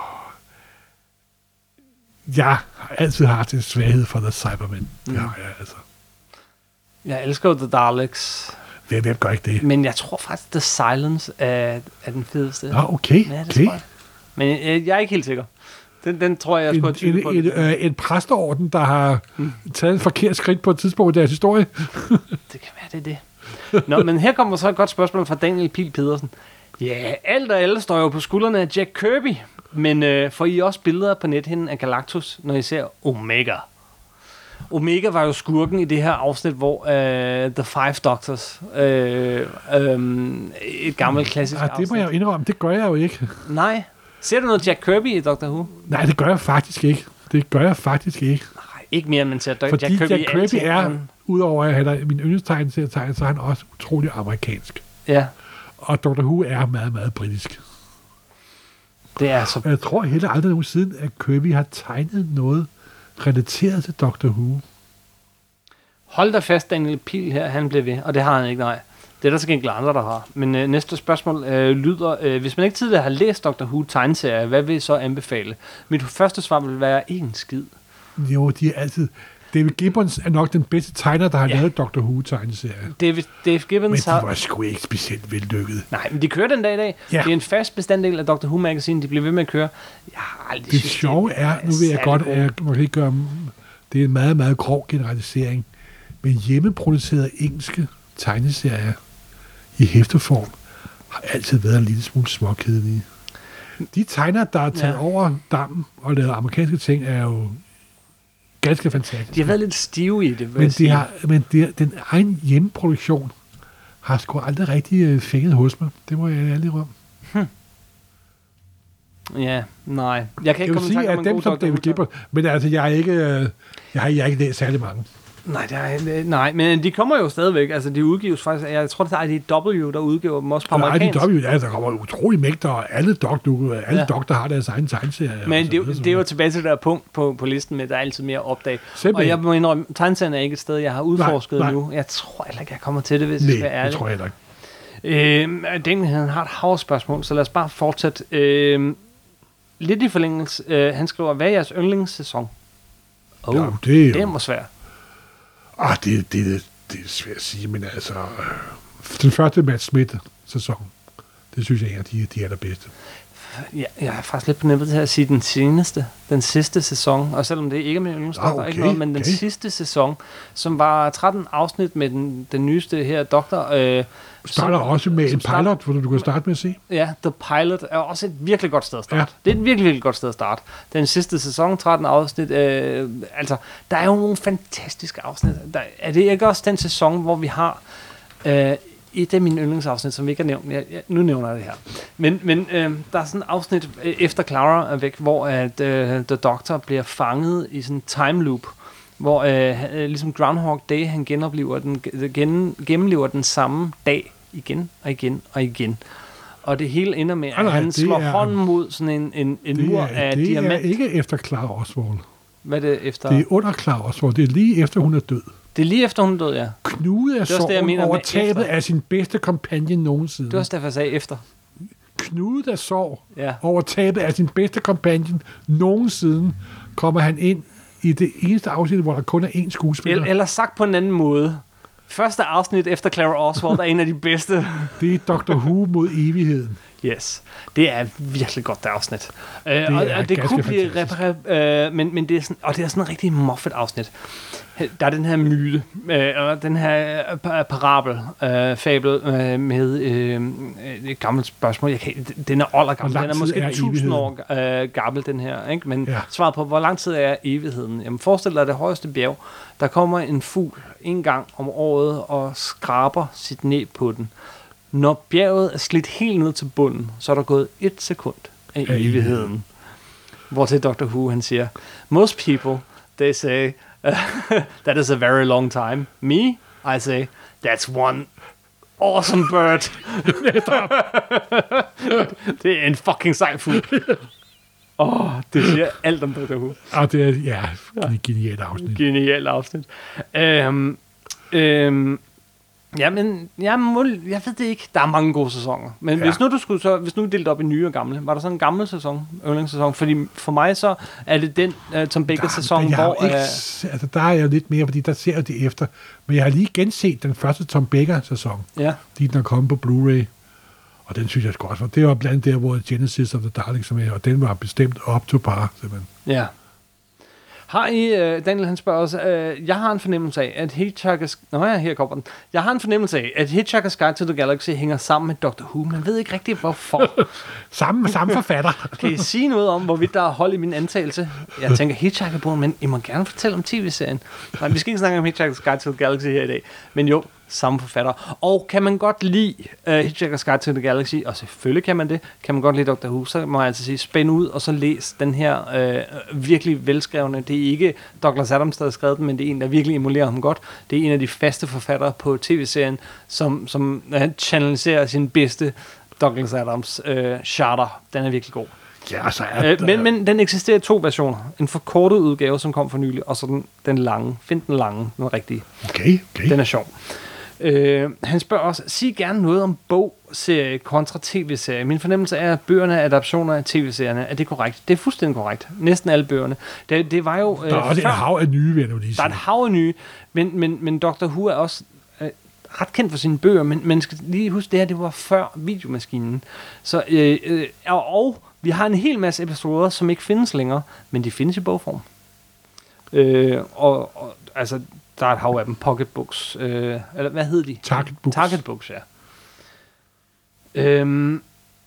[SPEAKER 2] Jeg har altid haft en svaghed for The Cybermen. Det
[SPEAKER 1] Mm.
[SPEAKER 2] har jeg altså.
[SPEAKER 1] Jeg elsker jo The Daleks.
[SPEAKER 2] Hvem, hvem gør ikke det?
[SPEAKER 1] Men jeg tror faktisk, The Silence er, er den fedeste.
[SPEAKER 2] Nå, okay.
[SPEAKER 1] Ja, det
[SPEAKER 2] okay.
[SPEAKER 1] tror jeg. Men øh, jeg er ikke helt sikker. Den, den tror jeg, jeg skulle have
[SPEAKER 2] en,
[SPEAKER 1] tydet på.
[SPEAKER 2] en, en, øh, en præsteorden, der har mm. taget et forkert skridt på et tidspunkt i deres historie.
[SPEAKER 1] Det kan være, det er det. Nå, men her kommer så et godt spørgsmål fra Daniel Pihl Pedersen. Ja, alt og alle står jo på skuldrene af Jack Kirby. Men øh, får I også billeder på nethinden af Galactus, når I ser Omega? Omega var jo skurken i det her afsnit, hvor øh, The Five Doctors, øh, øh, et gammelt klassisk
[SPEAKER 2] Ja,
[SPEAKER 1] afsnit.
[SPEAKER 2] det må jeg jo indrømme, det gør jeg jo ikke.
[SPEAKER 1] Nej. Ser du noget Jack Kirby i Doctor Who?
[SPEAKER 2] Nej, det gør jeg faktisk ikke. Det gør jeg faktisk ikke.
[SPEAKER 1] Nej, ikke mere, end man ser
[SPEAKER 2] Fordi
[SPEAKER 1] Jack Kirby,
[SPEAKER 2] Jack Kirby
[SPEAKER 1] altid.
[SPEAKER 2] er, udover at han er min yndlingstegn til at tegne, så er han også utrolig amerikansk.
[SPEAKER 1] Ja,
[SPEAKER 2] Og Doctor Who er meget, meget britisk.
[SPEAKER 1] det er så...
[SPEAKER 2] Og jeg tror heller aldrig nogensinde, at Kirby har tegnet noget relateret til Doctor Who.
[SPEAKER 1] Hold da fast, Daniel Pihl her, han blev ved, og det har han ikke, nej. Det er der så gengæld andre, der har. Men øh, næste spørgsmål øh, lyder, øh, hvis man ikke tidligere har læst Doctor Who tegneserie, hvad vil I så anbefale? Mit første svar vil være en skid.
[SPEAKER 2] Jo, de er altid... David Gibbons er nok den bedste tegner, der har
[SPEAKER 1] Ja.
[SPEAKER 2] lavet Doctor Who-tegneserie.
[SPEAKER 1] David, Dave
[SPEAKER 2] Men
[SPEAKER 1] Gibbons
[SPEAKER 2] de
[SPEAKER 1] har...
[SPEAKER 2] var sgu ikke specielt vellykket.
[SPEAKER 1] Nej, men de kører den dag i dag.
[SPEAKER 2] Ja.
[SPEAKER 1] Det er en fast bestanddel af Doctor Who-magazinen, de bliver ved med at køre. Jeg har aldrig
[SPEAKER 2] Det
[SPEAKER 1] synes,
[SPEAKER 2] sjove
[SPEAKER 1] det
[SPEAKER 2] er, nu vil jeg
[SPEAKER 1] særlig
[SPEAKER 2] godt,
[SPEAKER 1] god.
[SPEAKER 2] at jeg måske ikke gøre, det er en meget, meget grov generalisering, men hjemmeproducerede engelske tegneserier i hæfteform har altid været en lille smule småkedelige. De tegner, der er taget
[SPEAKER 1] Ja.
[SPEAKER 2] ja. over dammen og lavet amerikanske ting, er jo ganske fantastiske.
[SPEAKER 1] De har været lidt stive i det, vil
[SPEAKER 2] men
[SPEAKER 1] jeg
[SPEAKER 2] de
[SPEAKER 1] sige.
[SPEAKER 2] har, men de, den egen hjemmeproduktion har sgu aldrig rigtig øh, fænget hos mig. Det må jeg ærligt rømme.
[SPEAKER 1] Ja, nej. Jeg kan ikke
[SPEAKER 2] Jeg vil
[SPEAKER 1] komme i
[SPEAKER 2] sige,
[SPEAKER 1] tanke om
[SPEAKER 2] at
[SPEAKER 1] en
[SPEAKER 2] dem
[SPEAKER 1] god
[SPEAKER 2] som
[SPEAKER 1] Doctor
[SPEAKER 2] David
[SPEAKER 1] Who.
[SPEAKER 2] Gibbons, men altså, jeg er ikke, øh, jeg har, jeg har ikke læst særlig mange.
[SPEAKER 1] Nej, det er, nej, men de kommer jo stadigvæk. Altså, de udgives faktisk... Jeg tror, det er I D W, der udgiver dem også på
[SPEAKER 2] Og
[SPEAKER 1] amerikansk.
[SPEAKER 2] I D W, ja, der kommer utrolig mængder, og alle doktor, alle
[SPEAKER 1] Ja.
[SPEAKER 2] ja. doktor har deres egen tegneserier.
[SPEAKER 1] Men
[SPEAKER 2] og så
[SPEAKER 1] det,
[SPEAKER 2] videre, så
[SPEAKER 1] det er jo
[SPEAKER 2] videre.
[SPEAKER 1] tilbage til det der punkt på, på listen med, at der er altid mere at opdage. Og
[SPEAKER 2] Simpelthen.
[SPEAKER 1] jeg må indrømme, tegneserien er ikke et sted, jeg har udforsket
[SPEAKER 2] Nej, nej.
[SPEAKER 1] nu. Jeg tror heller ikke, jeg kommer til det, hvis jeg skal være
[SPEAKER 2] Nej, det
[SPEAKER 1] ærlig.
[SPEAKER 2] tror jeg heller ikke.
[SPEAKER 1] Øh, den han har et havspørgsmål, så lad os bare fortsætte. Øh, lidt i forlængelse. Øh, han skriver, hvad er jeres yndlingssæson? Oh,
[SPEAKER 2] Ja, det er jo-
[SPEAKER 1] den var svær.
[SPEAKER 2] Ah, det, det, det er svært at sige, men altså... Øh, den første Matt Smith-sæson, det synes jeg er de, de allerbedste.
[SPEAKER 1] Ja, jeg er faktisk lidt på til at sige den seneste, den sidste sæson, og selvom det ikke er min yndlingsdoktor,
[SPEAKER 2] Ah, okay,
[SPEAKER 1] ikke noget, men den
[SPEAKER 2] okay.
[SPEAKER 1] sidste sæson, som var tretten afsnit med den, den nyeste her doktor. Øh,
[SPEAKER 2] Starter
[SPEAKER 1] som-
[SPEAKER 2] også med
[SPEAKER 1] som
[SPEAKER 2] en pilot, hvor du kan starte med at se.
[SPEAKER 1] Ja, The Pilot er også et virkelig godt sted at starte.
[SPEAKER 2] Ja.
[SPEAKER 1] Det er et virkelig, virkelig godt sted at starte. Den sidste sæson, tretten afsnit, øh, altså, der er jo nogle fantastiske afsnit. Der, er det ikke også den sæson, hvor vi har øh, et af mine yndlingsafsnit, som vi ikke har nævnt? Jeg, jeg, nu nævner jeg det her. Men, men øh, der er sådan et afsnit, øh, efter Clara er væk, hvor at, øh, The Doctor bliver fanget i sådan en time loop, hvor øh, han- øh, ligesom Groundhog Day, han genoplever den, gen, gennemlever den samme dag igen og igen og igen. Og det hele ender med, at
[SPEAKER 2] Nej, nej,
[SPEAKER 1] han
[SPEAKER 2] det
[SPEAKER 1] slår
[SPEAKER 2] er-
[SPEAKER 1] hånden mod sådan en, en, en
[SPEAKER 2] Det
[SPEAKER 1] mur
[SPEAKER 2] er,
[SPEAKER 1] af
[SPEAKER 2] det er
[SPEAKER 1] diamant.
[SPEAKER 2] ikke efter Clara Oswald.
[SPEAKER 1] Hvad er det efter?
[SPEAKER 2] Det er under Clara Oswald. Det er lige efter, hun er død.
[SPEAKER 1] Det er lige efter hun døde, ja.
[SPEAKER 2] Knude er
[SPEAKER 1] også det, jeg
[SPEAKER 2] sorgen
[SPEAKER 1] mener
[SPEAKER 2] over
[SPEAKER 1] med
[SPEAKER 2] tabet
[SPEAKER 1] efter.
[SPEAKER 2] af sin bedste companion nogensinde.
[SPEAKER 1] Det var også derfor, jeg sagde efter.
[SPEAKER 2] Knude der sorg
[SPEAKER 1] Ja.
[SPEAKER 2] over tabet af sin bedste companion nogensinde, kommer han ind i det eneste afsnit, hvor der kun er én skuespiller.
[SPEAKER 1] Eller, eller sagt på en anden måde. Første afsnit efter Clara Oswald er en af de bedste.
[SPEAKER 2] Det er Doctor Who mod evigheden.
[SPEAKER 1] Yes. Det er virkelig godt, det afsnit. Øh,
[SPEAKER 2] Det
[SPEAKER 1] og,
[SPEAKER 2] er
[SPEAKER 1] og det
[SPEAKER 2] ganske
[SPEAKER 1] kunne blive
[SPEAKER 2] fantastisk.
[SPEAKER 1] repareret, øh, men, men det er sådan, og det er sådan en rigtig Moffat afsnit. Der er den her myte, øh, og den her pa- parabel, øh, fabel øh, med øh, et gammelt spørgsmål. Jeg kan, den er oldergammel.
[SPEAKER 2] Hvor
[SPEAKER 1] Den
[SPEAKER 2] lang
[SPEAKER 1] er
[SPEAKER 2] tid
[SPEAKER 1] måske
[SPEAKER 2] er
[SPEAKER 1] tusind år øh, gammel, den her. Ikke? Men
[SPEAKER 2] Ja.
[SPEAKER 1] svaret på, hvor lang tid er evigheden? Jamen forestil dig det højeste bjerg. Der kommer en fugl en gang om året og skraber sit næb på den. Når bjerget er slidt helt ned til bunden, så er der gået et sekund af
[SPEAKER 2] Af
[SPEAKER 1] evigheden. Hvor til doktor Who, han siger, most people, they say, uh, that is a very long time. Me, I say, that's one awesome bird. Det er en fucking sej fugl. Åh, oh, det siger alt om doktor Who.
[SPEAKER 2] Og det er, ja, det er et genialt afsnit.
[SPEAKER 1] Genialt afsnit. Øhm, øhm, jamen, jeg, må, jeg ved det ikke. Der er mange gode sæsoner. Men ja. hvis nu du skulle så, hvis nu vi delte op i nye og gamle, var der sådan en gammel sæson, yndlingssæson? Fordi for mig så er det den uh, Tom Baker sæson, hvor
[SPEAKER 2] ikke, uh, altså der er jeg jo lidt mere, fordi der ser jeg det efter. Men jeg har lige genset den første Tom Baker sæson.
[SPEAKER 1] Ja.
[SPEAKER 2] Fordi den er kommet på Blu-ray. Og den synes jeg godt for. Det var blandt der, hvor Genesis of the Daleks er med, og den var bestemt up to par, simpelthen.
[SPEAKER 1] Ja. Har I, uh, Daniel han spørger os, uh, jeg har en fornemmelse af, at Hitchhiker's... Nå ja, her kommer den. Jeg har en fornemmelse af, at Hitchhiker's Guide to the Galaxy hænger sammen med doctor Who, men ved ikke rigtig, hvorfor.
[SPEAKER 2] samme, samme forfatter.
[SPEAKER 1] Kan I sige noget om, hvorvidt der er hold i min antagelse? Jeg tænker Hitchhiker-bogen, men I må gerne fortælle om tv-serien. Nej, vi skal ikke snakke om Hitchhiker's Guide to the Galaxy her i dag, men jo, samme forfatter. Og kan man godt lide uh, Hitchhiker's Guide to the Galaxy, og selvfølgelig kan man det, kan man godt lide doctor Who, så må jeg altså sige, spænd ud, og så læs den her uh, virkelig velskrevne. Det er ikke Douglas Adams, der har skrevet den, men det er en, der virkelig emulerer ham godt. Det er en af de faste forfattere på tv-serien, som, som uh, channeliserer sin bedste Douglas Adams uh, charter. Den er virkelig god.
[SPEAKER 2] Ja, så er
[SPEAKER 1] uh, men, men den eksisterer i to versioner. En forkortet udgave, som kom for nylig, og så den, den lange. Find den lange, den rigtige.
[SPEAKER 2] Okay, okay.
[SPEAKER 1] Den er sjov. Uh, han spørger også, sig gerne noget om bogserie kontra tv-serie. Min fornemmelse er, at bøgerne er adaptioner af tv-serierne. Er det korrekt? Det er fuldstændig korrekt. Næsten alle bøgerne. Det, det var jo... Uh,
[SPEAKER 2] der er også et hav af nye, vil jeg nu lige sige.
[SPEAKER 1] Der er et hav af nye, men, men, men doctor Who er også uh, ret kendt for sine bøger, men man skal lige huske, det her det var før videomaskinen. Så, uh, uh, og vi har en hel masse episoder, som ikke findes længere, men de findes i bogform. Uh, og, og altså... Der er et hav af dem, pocketbooks, øh, eller hvad hedder de?
[SPEAKER 2] Target books.
[SPEAKER 1] Target books, ja. Øhm,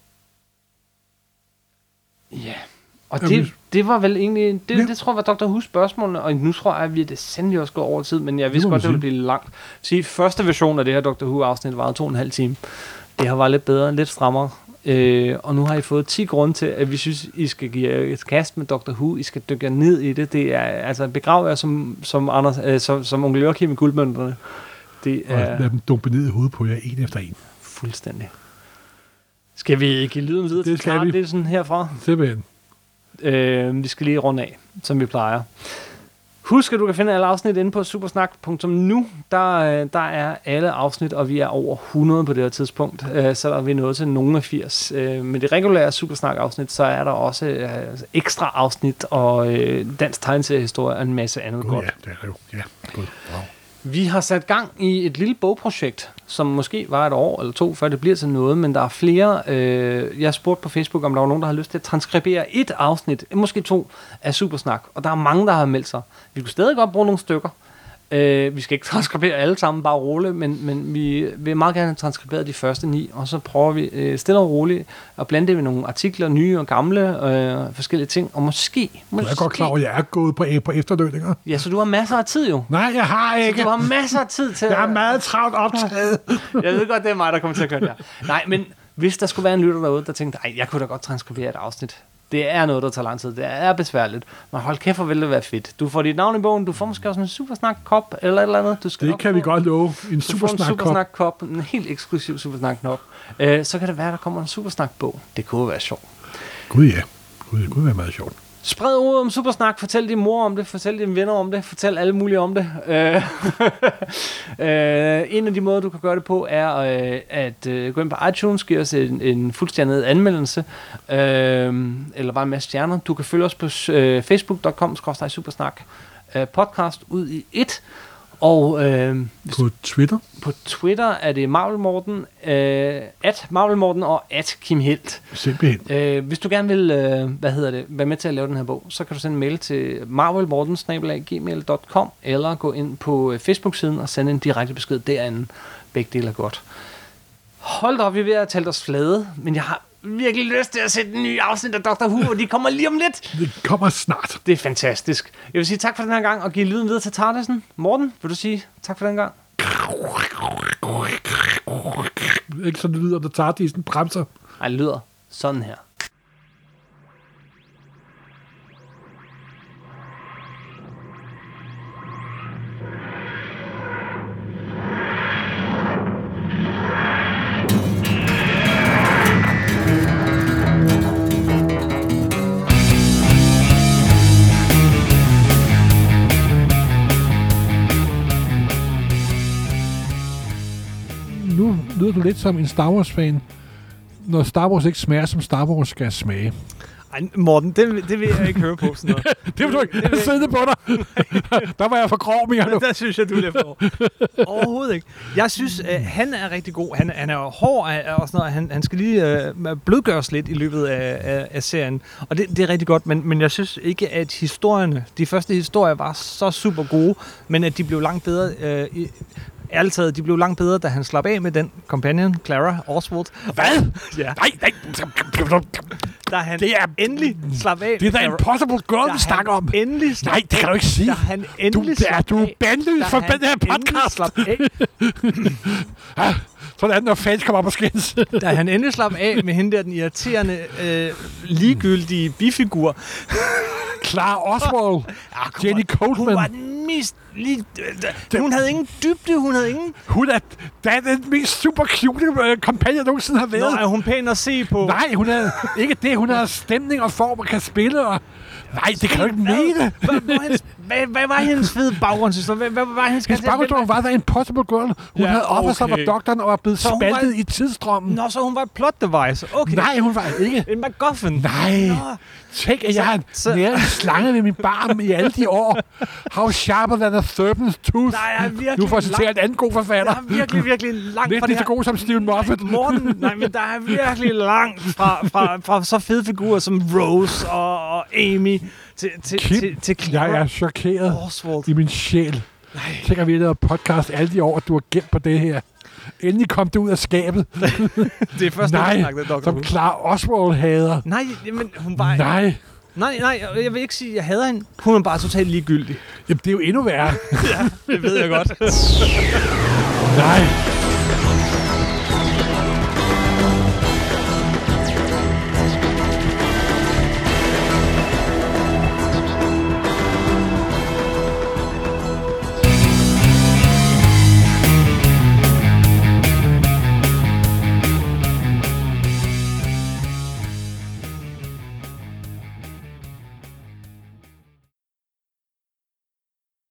[SPEAKER 1] ja, og det, det var vel egentlig, det,
[SPEAKER 2] ja.
[SPEAKER 1] det tror jeg var doktor Who's spørgsmålene, og nu tror jeg, at vi er det sandelig også gået over tid, men jeg vidste godt, det ville blive langt. Så første version af det her doktor Who-afsnit varede to og en halv time. Det her var lidt bedre, lidt strammere. Øh, og nu har I fået ti grunde til, at vi synes, I skal give et kast med doctor Who. I skal dykke ned i det. Det er altså begrav jer som, som, Anders, øh, som, som onkel Joachim i Guldmønterne. Det er...
[SPEAKER 2] Og lad dem dumpe ned i hovedet på jer, en efter en.
[SPEAKER 1] Fuldstændig. Skal vi give lyden videre
[SPEAKER 2] det
[SPEAKER 1] til Karen Nielsen herfra?
[SPEAKER 2] Simpelthen.
[SPEAKER 1] Øh, vi skal lige runde af, som vi plejer. Husk, at du kan finde alle afsnit inde på supersnak punktum nu. Der, der er alle afsnit, og vi er over hundrede på det her tidspunkt. Så der er vi nået til nogle af firs. Med det regulære Supersnak-afsnit, så er der også ekstra afsnit og dansk tegneseriehistorie og en masse andet
[SPEAKER 2] God,
[SPEAKER 1] godt.
[SPEAKER 2] Ja, det er det jo. Ja, god. Wow.
[SPEAKER 1] Vi har sat gang i et lille bogprojekt, som måske var et år eller to, før det bliver til noget, men der er flere. Øh, jeg spurgte på Facebook, om der var nogen, der har lyst til at transkribere et afsnit, måske to, af Supersnak, og der er mange, der har meldt sig. Vi kunne stadig godt bruge nogle stykker. Øh, vi skal ikke transkribere alle sammen, bare roligt, men, men vi vil meget gerne have transkriberet de første ni, og så prøver vi øh, stille og roligt at blande det med nogle artikler, nye og gamle, øh, forskellige ting, og måske... måske
[SPEAKER 2] du er godt klar over, at jeg er gået på, på efterlønninger.
[SPEAKER 1] Ja, så du har masser af tid jo.
[SPEAKER 2] Nej, jeg har ikke.
[SPEAKER 1] Så du har masser af tid til...
[SPEAKER 2] Jeg er meget travlt optaget.
[SPEAKER 1] Jeg ved godt, det er mig, der kommer til at køre der. Nej, men hvis der skulle være en lytter derude, der tænkte, ej, jeg kunne da godt transkribere et afsnit. Det er noget, der tager lang tid. Det er besværligt. Men hold kæft, hvor vil det være fedt. Du får dit navn i bogen. Du får måske også en Supersnak-kop eller et eller andet. Du skal
[SPEAKER 2] det kan vi godt love. En Supersnak-kop.
[SPEAKER 1] en Supersnak-kop. En helt eksklusiv Supersnak-kop. Øh, så kan det være, der kommer en Supersnak-bog. Det kunne være sjovt.
[SPEAKER 2] Gud ja. Gud, det kunne være meget sjovt.
[SPEAKER 1] Spred ordet om Supersnak. Fortæl din mor om det. Fortæl dine venner om det. Fortæl alle mulige om det. Øh, øh, en af de måder, du kan gøre det på, er øh, at øh, gå ind på iTunes, give os en, en fuldstændig anmeldelse, øh, eller bare en masse stjerner. Du kan følge os på øh, facebook punktum com skråstreg supersnak øh, podcast ud i et. Og øh,
[SPEAKER 2] på Twitter?
[SPEAKER 1] På Twitter er det Marvel Morten, øh, at Marvel Morten og at Kim Helt.
[SPEAKER 2] Simpelthen.
[SPEAKER 1] Øh, hvis du gerne vil, øh, hvad hedder det, være med til at lave den her bog, så kan du sende en mail til marvelmorten snabel-a gmail punktum com eller gå ind på Facebook-siden og sende en direkte besked derinde. Begge dele er godt. Hold da op, vi er ved at tale os flade, men jeg har virkelig lyst til at se den nye afsnit af doctor Who, og de kommer lige om lidt.
[SPEAKER 2] Det kommer snart.
[SPEAKER 1] Det er fantastisk. Jeg vil sige tak for den her gang, og give lyden videre til Tardisen. Morten, vil du sige tak for den gang?
[SPEAKER 2] Ikke sådan det lyder, der tager de sådan bremser.
[SPEAKER 1] Ej, det lyder sådan her.
[SPEAKER 2] Nu lyder du lidt som en Star Wars-fan, når Star Wars ikke smager, som Star Wars skal smage.
[SPEAKER 3] Ej, Morten, det, det vil jeg ikke høre på sådan noget.
[SPEAKER 2] Det vil du ikke. Jeg sidder på dig. Der var jeg for grov mere nu.
[SPEAKER 3] Der synes jeg, du er lidt for. Overhovedet ikke. Jeg synes, øh, han er rigtig god. Han, han er jo hård af, og sådan noget. Han, han skal lige øh, blødgøres lidt i løbet af, af, af serien. Og det, det er rigtig godt, men, men jeg synes ikke, at historierne, de første historier var så super gode, men at de blev langt bedre... Øh, i, Ærligt taget, de blev langt bedre, da han slap af med den companion, Clara Oswald.
[SPEAKER 2] Hvad?
[SPEAKER 3] Ja.
[SPEAKER 2] Nej, nej.
[SPEAKER 3] Da han
[SPEAKER 2] Det er-
[SPEAKER 3] endelig slap af.
[SPEAKER 2] Det er da
[SPEAKER 3] med Clara-
[SPEAKER 2] Impossible Girl,
[SPEAKER 3] da
[SPEAKER 2] vi snakker om.
[SPEAKER 3] han endelig slap
[SPEAKER 2] Nej, det kan du ikke sige.
[SPEAKER 3] Da han
[SPEAKER 2] Du,
[SPEAKER 3] endelig
[SPEAKER 2] det er,
[SPEAKER 3] slap
[SPEAKER 2] du er
[SPEAKER 3] af.
[SPEAKER 2] bandlyst
[SPEAKER 3] Da
[SPEAKER 2] for
[SPEAKER 3] han
[SPEAKER 2] den her
[SPEAKER 3] endelig
[SPEAKER 2] podcast.
[SPEAKER 3] slap af.
[SPEAKER 2] Ah, sådan er det, når fans kommer op og skændes.
[SPEAKER 3] Da han endelig slap af med hende der, den irriterende, øh, ligegyldige bifigur.
[SPEAKER 2] Clara Oswald.
[SPEAKER 3] Ja, kom
[SPEAKER 2] Jenny
[SPEAKER 3] on. Hun
[SPEAKER 2] Coleman.
[SPEAKER 3] var den mest... Lige, hun havde ingen dybde, hun havde ingen...
[SPEAKER 2] Hun er, der er den mest super cute øh, kampagne, jeg nogensinde har
[SPEAKER 3] Nå,
[SPEAKER 2] været.
[SPEAKER 3] er hun pæn at se på?
[SPEAKER 2] Nej, hun er ikke det. Hun har stemning og form og kan spille. Og... Nej, det kan du ikke mene.
[SPEAKER 3] Hvad, hvad, hendes, hvad, hvad var hendes fede baggrundshistorie? Hvad, hvad var hendes...
[SPEAKER 2] Hendes baggrundshistorie var der Impossible Girl. Hun
[SPEAKER 3] Ja,
[SPEAKER 2] havde oppet sig
[SPEAKER 3] okay.
[SPEAKER 2] med doktoren og var blevet
[SPEAKER 3] Så hun var-
[SPEAKER 2] spaltet i tidsstrømmen.
[SPEAKER 3] Nå, så hun var et plot device. Okay.
[SPEAKER 2] Nej, hun var ikke.
[SPEAKER 3] En MacGuffin.
[SPEAKER 2] Nej.
[SPEAKER 3] Nå.
[SPEAKER 2] Tænk, at jeg har
[SPEAKER 3] så-
[SPEAKER 2] næret en slange ved min barm i alle de år. How sharper than a serpent's tooth.
[SPEAKER 3] Der er virkelig
[SPEAKER 2] Nu får jeg citere en anden god forfatter.
[SPEAKER 3] Der er virkelig, virkelig langt
[SPEAKER 2] Lidt
[SPEAKER 3] fra
[SPEAKER 2] lige
[SPEAKER 3] det
[SPEAKER 2] så
[SPEAKER 3] her.
[SPEAKER 2] god som Stephen Moffat.
[SPEAKER 3] Morten, nej, men der er virkelig langt fra, fra, fra så fede figurer som Rose og, og Amy til, til,
[SPEAKER 2] Kim,
[SPEAKER 3] til, til Clara
[SPEAKER 2] Jeg er chokeret
[SPEAKER 3] Oswald.
[SPEAKER 2] i min sjæl. Tænk, at vi har lavet podcast alle de år, at du har gemt på det her. Endelig kom du ud af skabet.
[SPEAKER 3] Det er først,
[SPEAKER 2] Nej,
[SPEAKER 3] jeg snakkede Doctor
[SPEAKER 2] som
[SPEAKER 3] Who.
[SPEAKER 2] Clara Oswald hader.
[SPEAKER 3] Nej, men hun var...
[SPEAKER 2] Nej.
[SPEAKER 3] Nej, nej, jeg vil ikke sige, at jeg hader hende. Hun er bare totalt ligegyldig.
[SPEAKER 2] Jamen, det er jo endnu værre.
[SPEAKER 3] Det ved jeg godt.
[SPEAKER 2] Nej.